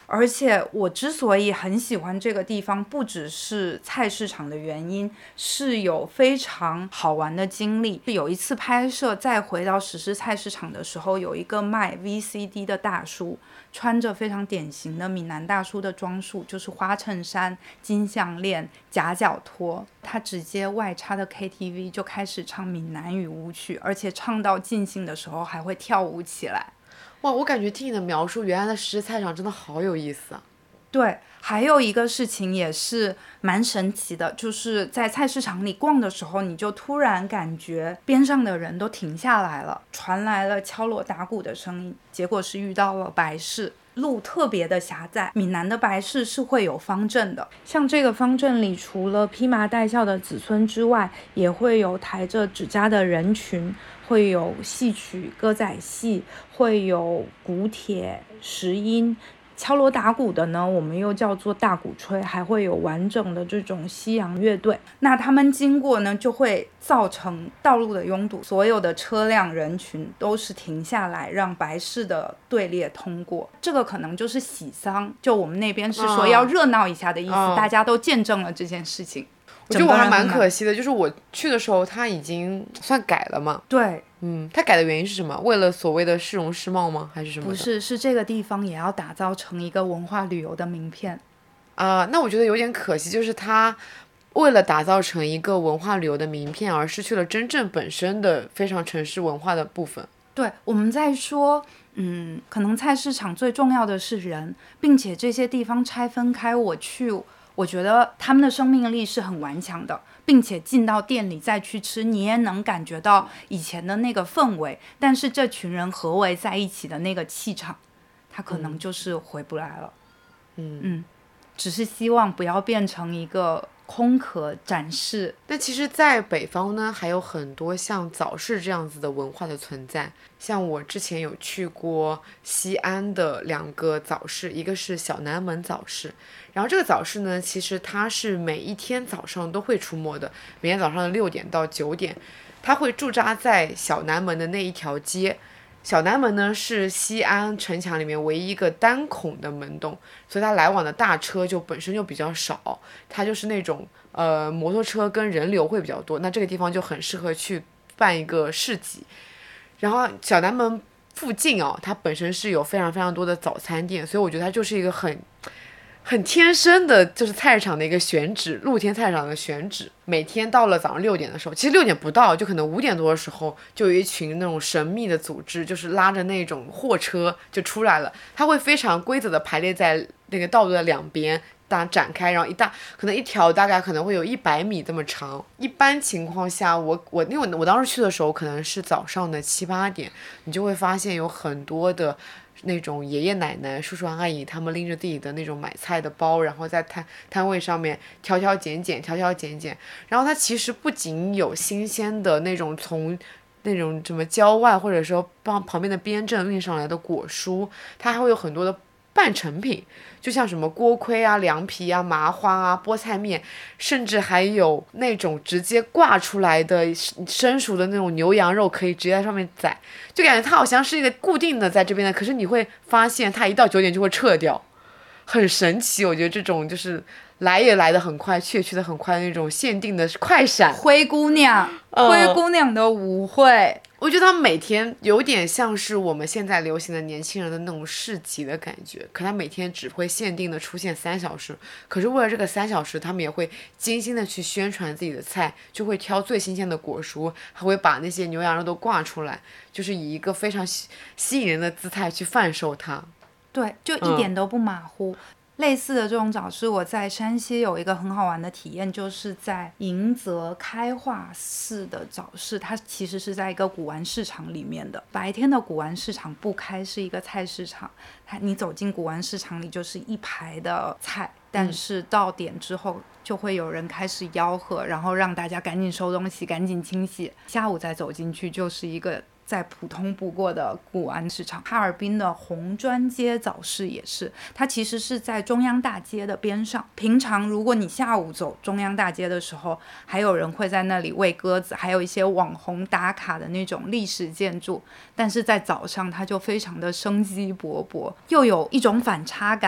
而且我之所以很喜欢这个地方，不只是菜市场的原因，是有非常好玩的经历。有一次拍摄再回到石狮菜市场的时候，有一个卖 V C D 的大叔，穿着非常典型的闽南大叔的装束，就是花衬衫、金项链、夹脚拖，他直接外插的 K T V 就开始唱闽南语舞曲，而且唱到尽兴的时候还会跳舞起来。 哇，我感觉听你的描述，原来的石狮菜场真的好有意思啊。 对，还有一个事情也是蛮神奇的，就是在菜市场里逛的时候，你就突然感觉边上的人都停下来了，传来了敲锣打鼓的声音，结果是遇到了白事。路特别的狭窄，闽南的白事是会有方阵的，像这个方阵里除了披麻戴孝的子孙之外，也会有抬着纸扎的人群，会有戏曲歌仔戏，会有鼓铁石音，敲锣打鼓的呢我们又叫做大鼓吹，还会有完整的这种西洋乐队。那他们经过呢就会造成道路的拥堵，所有的车辆人群都是停下来让白事的队列通过。这个可能就是喜丧，就我们那边是说要热闹一下的意思、哦、大家都见证了这件事情。 我觉得我还蛮可惜的，就是我去的时候他已经算改了嘛。 对， 嗯，他改的原因是什么？为了所谓的市容市貌吗？还是什么的？ 不是，是这个地方也要打造成一个文化旅游的名片啊、呃。那我觉得有点可惜，就是他为了打造成一个文化旅游的名片而失去了真正本身的非常城市文化的部分。 对，我们在说嗯，可能菜市场最重要的是人，并且这些地方拆分开我去，我觉得他们的生命力是很顽强的，并且进到店里再去吃，你也能感觉到以前的那个氛围，但是这群人合围在一起的那个气场，他可能就是回不来了。 嗯嗯，只是希望不要变成一个空壳展示。 那其实在北方呢还有很多像早市这样子的文化的存在，像我之前有去过西安的两个早市，一个是小南门早市，然后这个早市呢其实它是每一天早上都会出没的，每天早上的六点到九点，它会驻扎在小南门的那一条街。小南门呢是西安城墙里面唯一一个单孔的门洞，所以它来往的大车就本身就比较少，它就是那种呃摩托车跟人流会比较多，那这个地方就很适合去办一个市集。然后小南门附近哦，它本身是有非常非常多的早餐店，所以我觉得它就是一个很很天生的就是菜市场的一个选址，露天菜市场的选址。每天到了早上六点的时候，其实六点不到，就可能五点多的时候，就有一群那种神秘的组织，就是拉着那种货车就出来了，它会非常规则的排列在那个道路的两边，大展开，然后一大可能一条大概可能会有一百米这么长。一般情况下，我我因为我当时去的时候可能是早上的七八点，你就会发现有很多的那种爷爷奶奶叔叔阿姨，他们拎着自己的那种买菜的包，然后在摊摊位上面挑挑拣拣挑挑拣拣。然后它其实不仅有新鲜的那种从那种什么郊外或者说帮旁边的边镇运上来的果蔬，它还会有很多的半成品，就像什么锅盔啊、凉皮啊、麻花啊、菠菜面，甚至还有那种直接挂出来的生熟的那种牛羊肉，可以直接在上面宰，就感觉它好像是一个固定的在这边的，可是你会发现它一到九点就会撤掉，很神奇。我觉得这种就是来也来得很快，去也去得很快的那种限定的快闪。 灰姑娘，灰姑娘的舞会。 我觉得他们每天有点像是我们现在流行的年轻人的那种市集的感觉，可他每天只会限定的出现三小时，可是为了这个三小时他们也会精心的去宣传自己的菜，就会挑最新鲜的果蔬，还会把那些牛羊肉都挂出来，就是以一个非常吸引人的姿态去贩售它。 对，就一点都不马虎、嗯类似的这种早市，我在山西有一个很好玩的体验，就是在迎泽开化寺的早市，它其实是在一个古玩市场里面的。白天的古玩市场不开，是一个菜市场，它你走进古玩市场里就是一排的菜，但是到点之后就会有人开始吆喝，然后让大家赶紧收东西，赶紧清洗。下午再走进去就是一个再普通不过的古玩市场。哈尔滨的红砖街早市也是，它其实是在中央大街的边上。平常如果你下午走中央大街的时候，还有人会在那里喂鸽子，还有一些网红打卡的那种历史建筑，但是在早上它就非常的生机勃勃，又有一种反差感。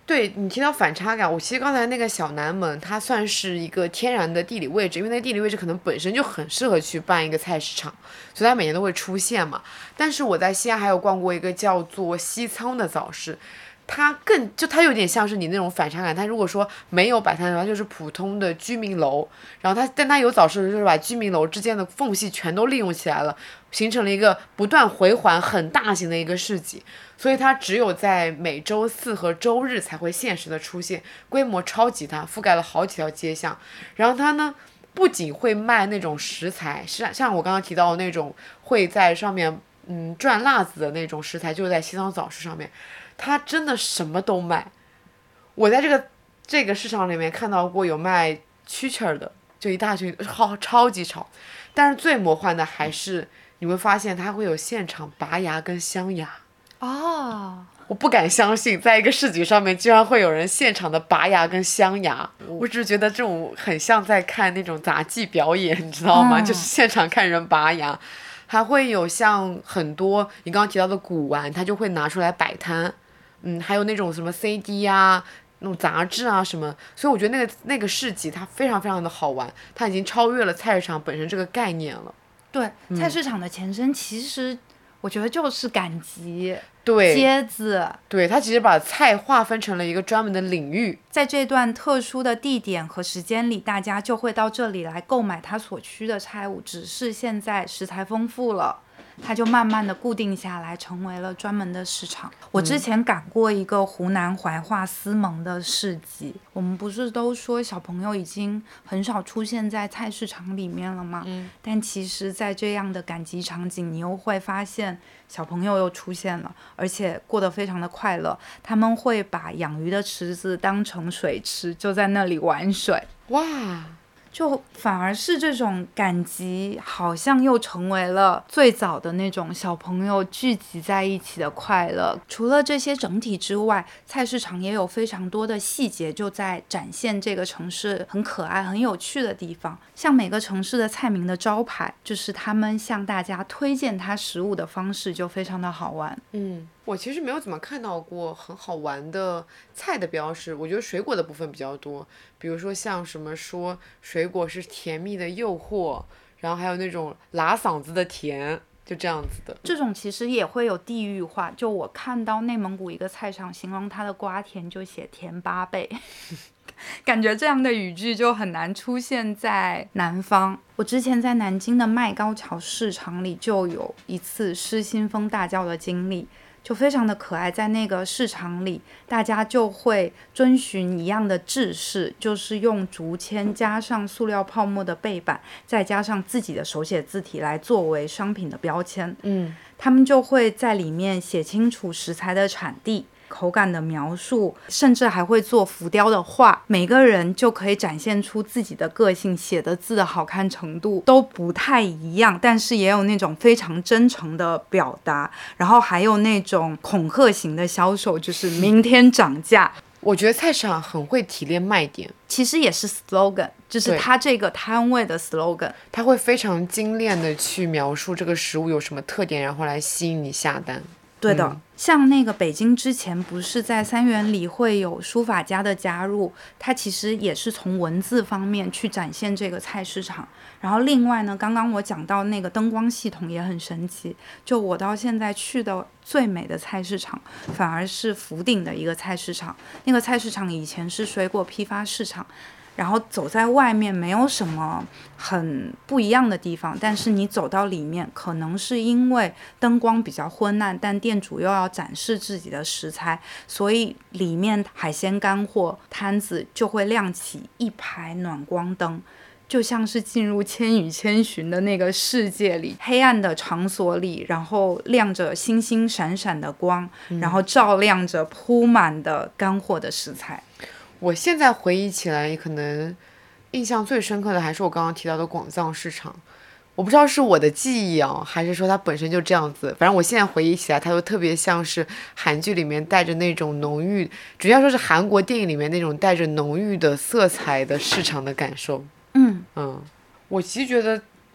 对，你提到反差感，我其实刚才那个小南门，它算是一个天然的地理位置，因为那个地理位置可能本身就很适合去办一个菜市场，所以它每年都会出现嘛。但是我在西安还有逛过一个叫做西仓的早市，它更就它有点像是你那种反差感，它如果说没有摆摊的话，就是普通的居民楼，然后它但它有早市，就是把居民楼之间的缝隙全都利用起来了，形成了一个不断回环很大型的一个市集。所以它只有在每周四和周日才会限时的出现，规模超级大，覆盖了好几条街巷。然后它呢，不仅会卖那种食材，像像我刚刚提到的那种会在上面嗯转辣子的那种食材，就是在西仓早市上面，它真的什么都卖。我在这个这个市场里面看到过有卖蛐蛐儿的，就一大群，好超级吵。但是最魔幻的还是你会发现它会有现场拔牙跟镶牙。 哦， 我不敢相信，在一个市集上面居然会有人现场的拔牙跟镶牙。我只是觉得这种很像在看那种杂技表演，你知道吗？嗯、就是现场看人拔牙。还会有像很多你刚刚提到的古玩，他就会拿出来摆摊。嗯，还有那种什么 C D 啊，那种杂志啊什么。所以我觉得那个那个市集它非常非常的好玩，它已经超越了菜市场本身这个概念了。 对，菜市场的前身其实。我觉得就是赶集， 对， 街子， 对，它其实把菜划分成了一个专门的领域， 在这段特殊的地点和时间里，大家就会到这里来购买它所需的菜物，只是现在食材丰富了，它就慢慢的固定下来，成为了专门的市场。我之前赶过一个湖南怀化思盟的市集，我们不是都说小朋友已经很少出现在菜市场里面了吗？嗯，但其实在这样的赶集场景，你又会发现小朋友又出现了，而且过得非常的快乐。他们会把养鱼的池子当成水池，就在那里玩水。 哇， 就反而是这种赶集好像又成为了最早的那种小朋友聚集在一起的快乐。除了这些整体之外，菜市场也有非常多的细节，就在展现这个城市很可爱很有趣的地方。像每个城市的菜名的招牌，就是他们向大家推荐它食物的方式就非常的好玩。 嗯，我其实没有怎么看到过很好玩的菜的标识，我觉得水果的部分比较多，比如说像什么说水果是甜蜜的诱惑，然后还有那种拉嗓子的甜，就这样子的。 这种其实也会有地域化，就我看到内蒙古一个菜场形容它的瓜甜就写甜八倍感觉这样的语句就很难出现在南方。我之前在南京的麦高桥市场里就有一次失心疯大叫的经历，就非常的可爱。在那个市场里，大家就会遵循一样的制式，就是用竹签加上塑料泡沫的背板，再加上自己的手写字体来作为商品的标签。嗯，他们就会在里面写清楚食材的产地、口感的描述，甚至还会做浮雕的画，每个人就可以展现出自己的个性，写的字的好看程度都不太一样，但是也有那种非常真诚的表达，然后还有那种恐吓型的销售，就是明天涨价。 我觉得菜市场很会提炼卖点， 其实也是 slogan， 就是它这个摊位的 slogan， 它会非常精炼的去描述这个食物有什么特点，然后来吸引你下单。 对的、嗯、像那个北京之前不是在三元里会有书法家的加入，它其实也是从文字方面去展现这个菜市场。然后另外呢，刚刚我讲到那个灯光系统也很神奇，就我到现在去的最美的菜市场反而是福鼎的一个菜市场。那个菜市场以前是水果批发市场，然后走在外面没有什么很不一样的地方，但是你走到里面，可能是因为灯光比较昏暗，但店主又要展示自己的食材，所以里面海鲜干货摊子就会亮起一排暖光灯，就像是进入千与千寻的那个世界里，黑暗的场所里，然后亮着星星闪闪的光、嗯、然后照亮着铺满的干货的食材。 我现在回忆起来，可能印象最深刻的还是我刚刚提到的广藏市场。我不知道是我的记忆啊，还是说它本身就这样子。反正我现在回忆起来，它就特别像是韩剧里面带着那种浓郁，主要说是韩国电影里面那种带着浓郁的色彩的市场的感受。 嗯嗯，我其实觉得，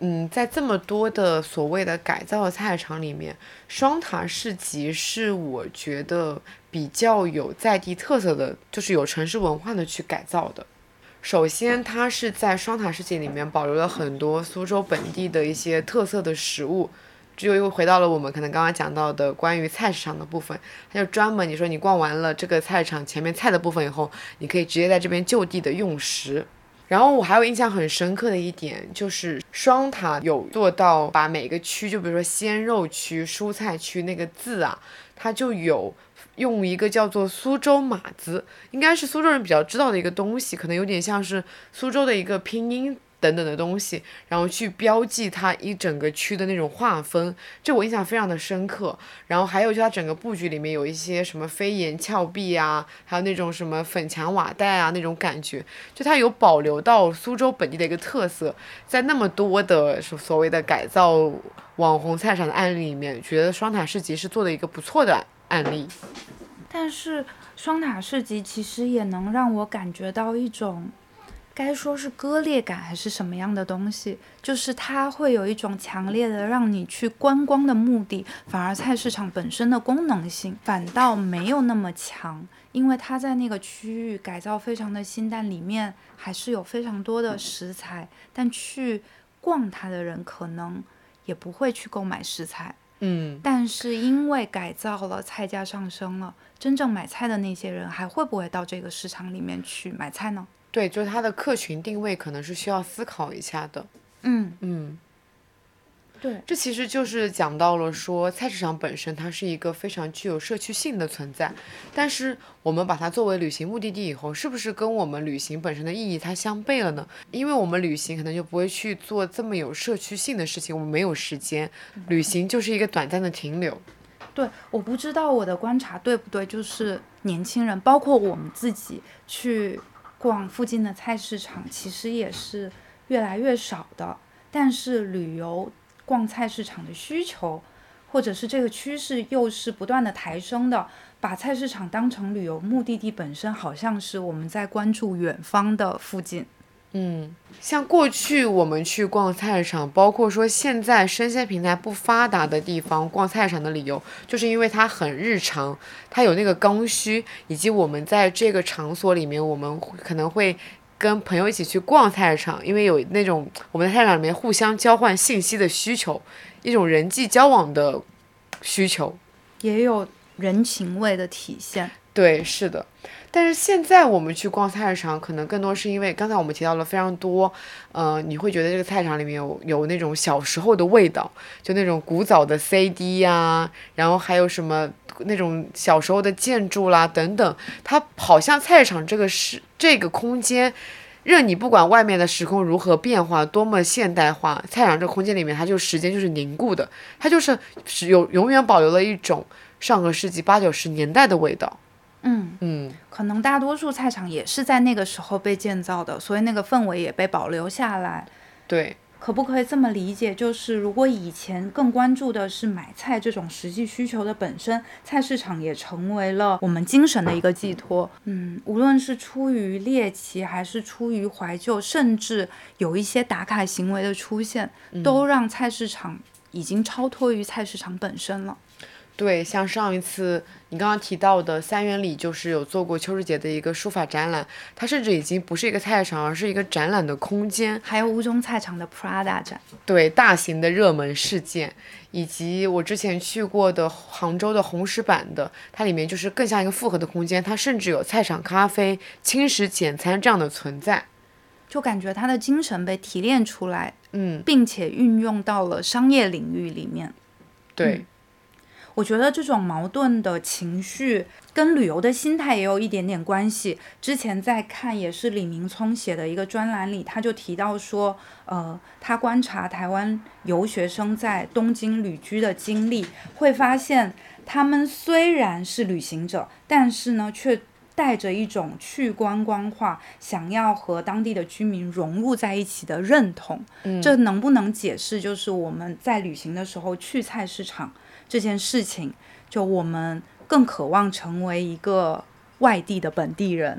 嗯，在这么多的所谓的改造的菜场里面，双塔市集是我觉得比较有在地特色的，就是有城市文化的去改造的。首先，它是在双塔市集里面保留了很多苏州本地的一些特色的食物，这就又回到了我们可能刚刚讲到的关于菜市场的部分。它就专门你说你逛完了这个菜场前面菜的部分以后，你可以直接在这边就地的用食。然后我还有印象很深刻的一点，就是双塔有做到把每个区，就比如说鲜肉区、蔬菜区那个字啊，它就有用一个叫做苏州码字，应该是苏州人比较知道的一个东西，可能有点像是苏州的一个拼音等等的东西，然后去标记它一整个区的那种划分，这我印象非常的深刻。然后还有就它整个布局里面有一些什么飞檐峭壁啊，还有那种什么粉墙瓦带啊那种感觉，就它有保留到苏州本地的一个特色。在那么多的所谓的改造网红菜场的案例里面，觉得双塔市集是做的一个不错的案例。 但是双塔市集其实也能让我感觉到一种该说是割裂感还是什么样的东西，就是它会有一种强烈的让你去观光的目的，反而菜市场本身的功能性反倒没有那么强，因为它在那个区域改造非常的新，但里面还是有非常多的食材，但去逛它的人可能也不会去购买食材。 嗯， 但是因为改造了，菜价上升了，真正买菜的那些人还会不会到这个市场里面去买菜呢？ 对，就是它的客群定位可能是需要思考一下的。 嗯嗯， 对， 这其实就是讲到了说菜市场本身它是一个非常具有社区性的存在，但是我们把它作为旅行目的地以后，是不是跟我们旅行本身的意义它相悖了呢？因为我们旅行可能就不会去做这么有社区性的事情，我们没有时间，旅行就是一个短暂的停留。 对，我不知道我的观察对不对，就是年轻人，包括我们自己去逛附近的菜市场，其实也是越来越少的。但是旅游逛菜市场的需求，或者是这个趋势又是不断的抬升的，把菜市场当成旅游目的地本身，好像是我们在关注远方的附近。 嗯，像过去我们去逛菜市场，包括说现在生鲜平台不发达的地方逛菜市场的理由，就是因为它很日常，它有那个刚需，以及我们在这个场所里面，我们可能会跟朋友一起去逛菜市场，因为有那种我们在菜市场里面互相交换信息的需求，一种人际交往的需求， 也有人情味的体现。 对，是的。但是现在我们去逛菜市场，可能更多是因为刚才我们提到了非常多，呃，你会觉得这个菜市场里面有有那种小时候的味道，就那种古早的 C D 呀、啊，然后还有什么那种小时候的建筑啦等等，它好像菜市场这个是这个空间，任你不管外面的时空如何变化，多么现代化，菜市场这个空间里面，它就时间就是凝固的，它就是有永远保留了一种上个世纪八九十年代的味道。 嗯嗯， 可能大多数菜场也是在那个时候被建造的，所以那个氛围也被保留下来。 对， 可不可以这么理解，就是如果以前更关注的是买菜这种实际需求的本身，菜市场也成为了我们精神的一个寄托。嗯，无论是出于猎奇还是出于怀旧，甚至有一些打卡行为的出现，都让菜市场已经超脱于菜市场本身了。 对，像上一次你刚刚提到的三元里，就是有做过秋日节的一个书法展览，它甚至已经不是一个菜市场，而是一个展览的空间。 还有乌中菜场的 Prada 展， 对，大型的热门事件，以及我之前去过的杭州的红石板的，它里面就是更像一个复合的空间，它甚至有菜场咖啡、轻食简餐这样的存在， 就感觉它的精神被提炼出来， 嗯， 并且运用到了商业领域里面。 对。 嗯，我觉得这种矛盾的情绪跟旅游的心态也有一点点关系。之前在看也是李明聪写的一个专栏里，他就提到说，呃，他观察台湾游学生在东京旅居的经历，会发现他们虽然是旅行者，但是呢，却带着一种去观光化，想要和当地的居民融入在一起的认同。 嗯， 这能不能解释就是我们在旅行的时候去菜市场这件事情，就我们更渴望成为一个外地的本地人？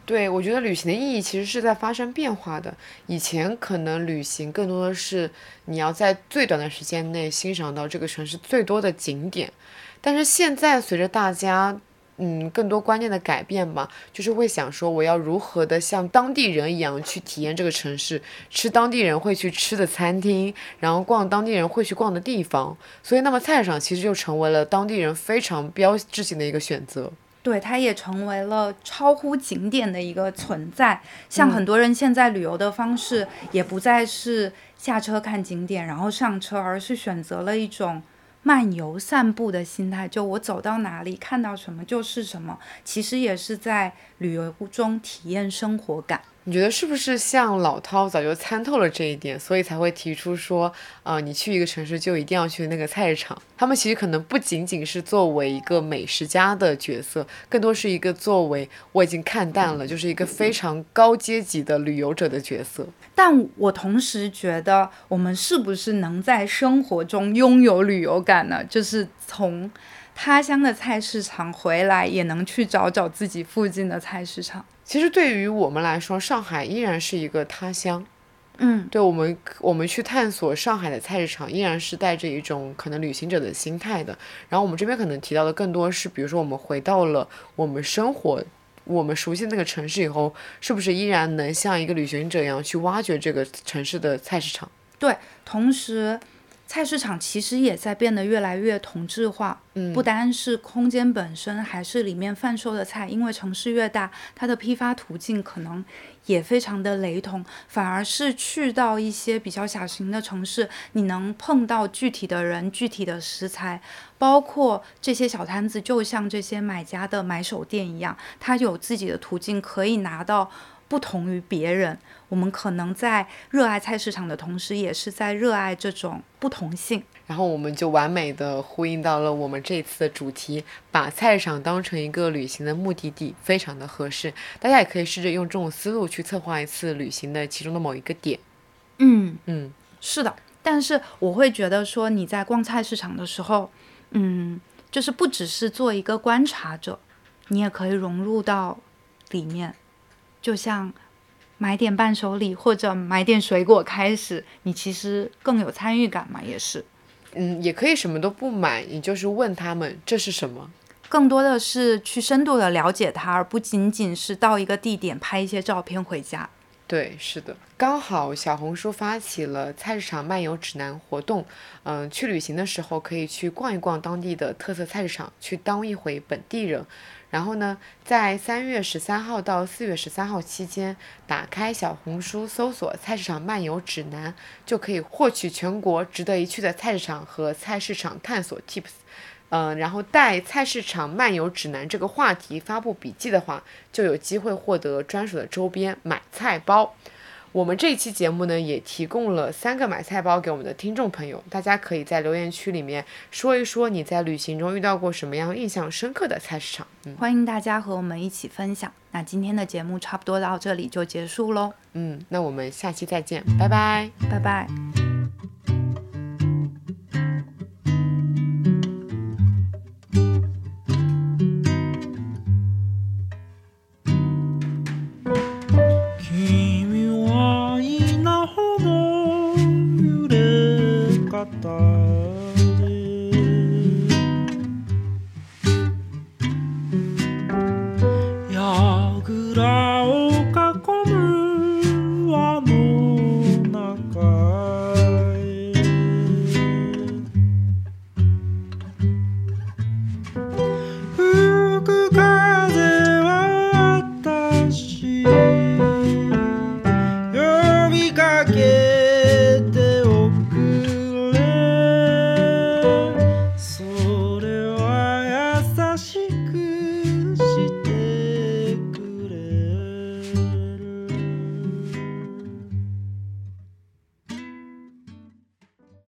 对，我觉得旅行的意义其实是在发生变化的。以前可能旅行更多的是你要在最短的时间内欣赏到这个城市最多的景点，但是现在随着大家嗯更多观念的改变吧，就是会想说我要如何的像当地人一样去体验这个城市，吃当地人会去吃的餐厅，然后逛当地人会去逛的地方，所以那么菜市场其实就成为了当地人非常标志性的一个选择。 对，它也成为了超乎景点的一个存在。像很多人现在旅游的方式，也不再是下车看景点，然后上车，而是选择了一种漫游散步的心态，就我走到哪里看到什么就是什么，其实也是在旅游中体验生活感。 你觉得是不是像老饕早就参透了这一点，所以才会提出说，呃，你去一个城市就一定要去那个菜市场？他们其实可能不仅仅是作为一个美食家的角色，更多是一个作为我已经看淡了，就是一个非常高阶级的旅游者的角色。 但我同时觉得，我们是不是能在生活中拥有旅游感呢？就是从他乡的菜市场回来，也能去找找自己附近的菜市场。 其实对于我们来说，上海依然是一个他乡。 嗯， 对，我们我们去探索上海的菜市场，依然是带着一种可能旅行者的心态的。然后我们这边可能提到的更多是，比如说我们回到了我们生活、我们熟悉的那个城市以后，是不是依然能像一个旅行者一样去挖掘这个城市的菜市场？ 对，同时菜市场其实也在变得越来越同质化， 嗯， 不单是空间本身，还是里面贩售的菜，因为城市越大，它的批发途径可能也非常的雷同，反而是去到一些比较小型的城市，你能碰到具体的人、具体的食材，包括这些小摊子，就像这些买家的买手店一样，它有自己的途径可以拿到不同于别人。我们可能在热爱菜市场的同时，也是在热爱这种不同性。 然后我们就完美的呼应到了我们这次的主题，把菜市场当成一个旅行的目的地，非常的合适。大家也可以试着用这种思路去策划一次旅行的其中的某一个点。 嗯嗯， 是的。但是我会觉得说，你在逛菜市场的时候，嗯，就是不只是做一个观察者，你也可以融入到里面，就像买点伴手礼或者买点水果开始，你其实更有参与感嘛，也是。 嗯，也可以什么都不买，你就是问他们这是什么， 更多的是去深度的了解它，而不仅仅是到一个地点拍一些照片回家。 对，是的，刚好小红书发起了菜市场漫游指南活动，嗯，去旅行的时候可以去逛一逛当地的特色菜市场，去当一回本地人。然后呢，在三月十三号到四月十三号期间，打开小红书搜索“菜市场漫游指南”，就可以获取全国值得一去的菜市场和菜市场探索 tips。嗯、呃，然后带菜市场漫游指南这个话题发布笔记的话，就有机会获得专属的周边买菜包。我们这一期节目呢，也提供了三个买菜包给我们的听众朋友，大家可以在留言区里面说一说你在旅行中遇到过什么样印象深刻的菜市场。嗯， 欢迎大家和我们一起分享。那今天的节目差不多到这里就结束喽。 嗯，那我们下期再见，拜拜， 拜拜。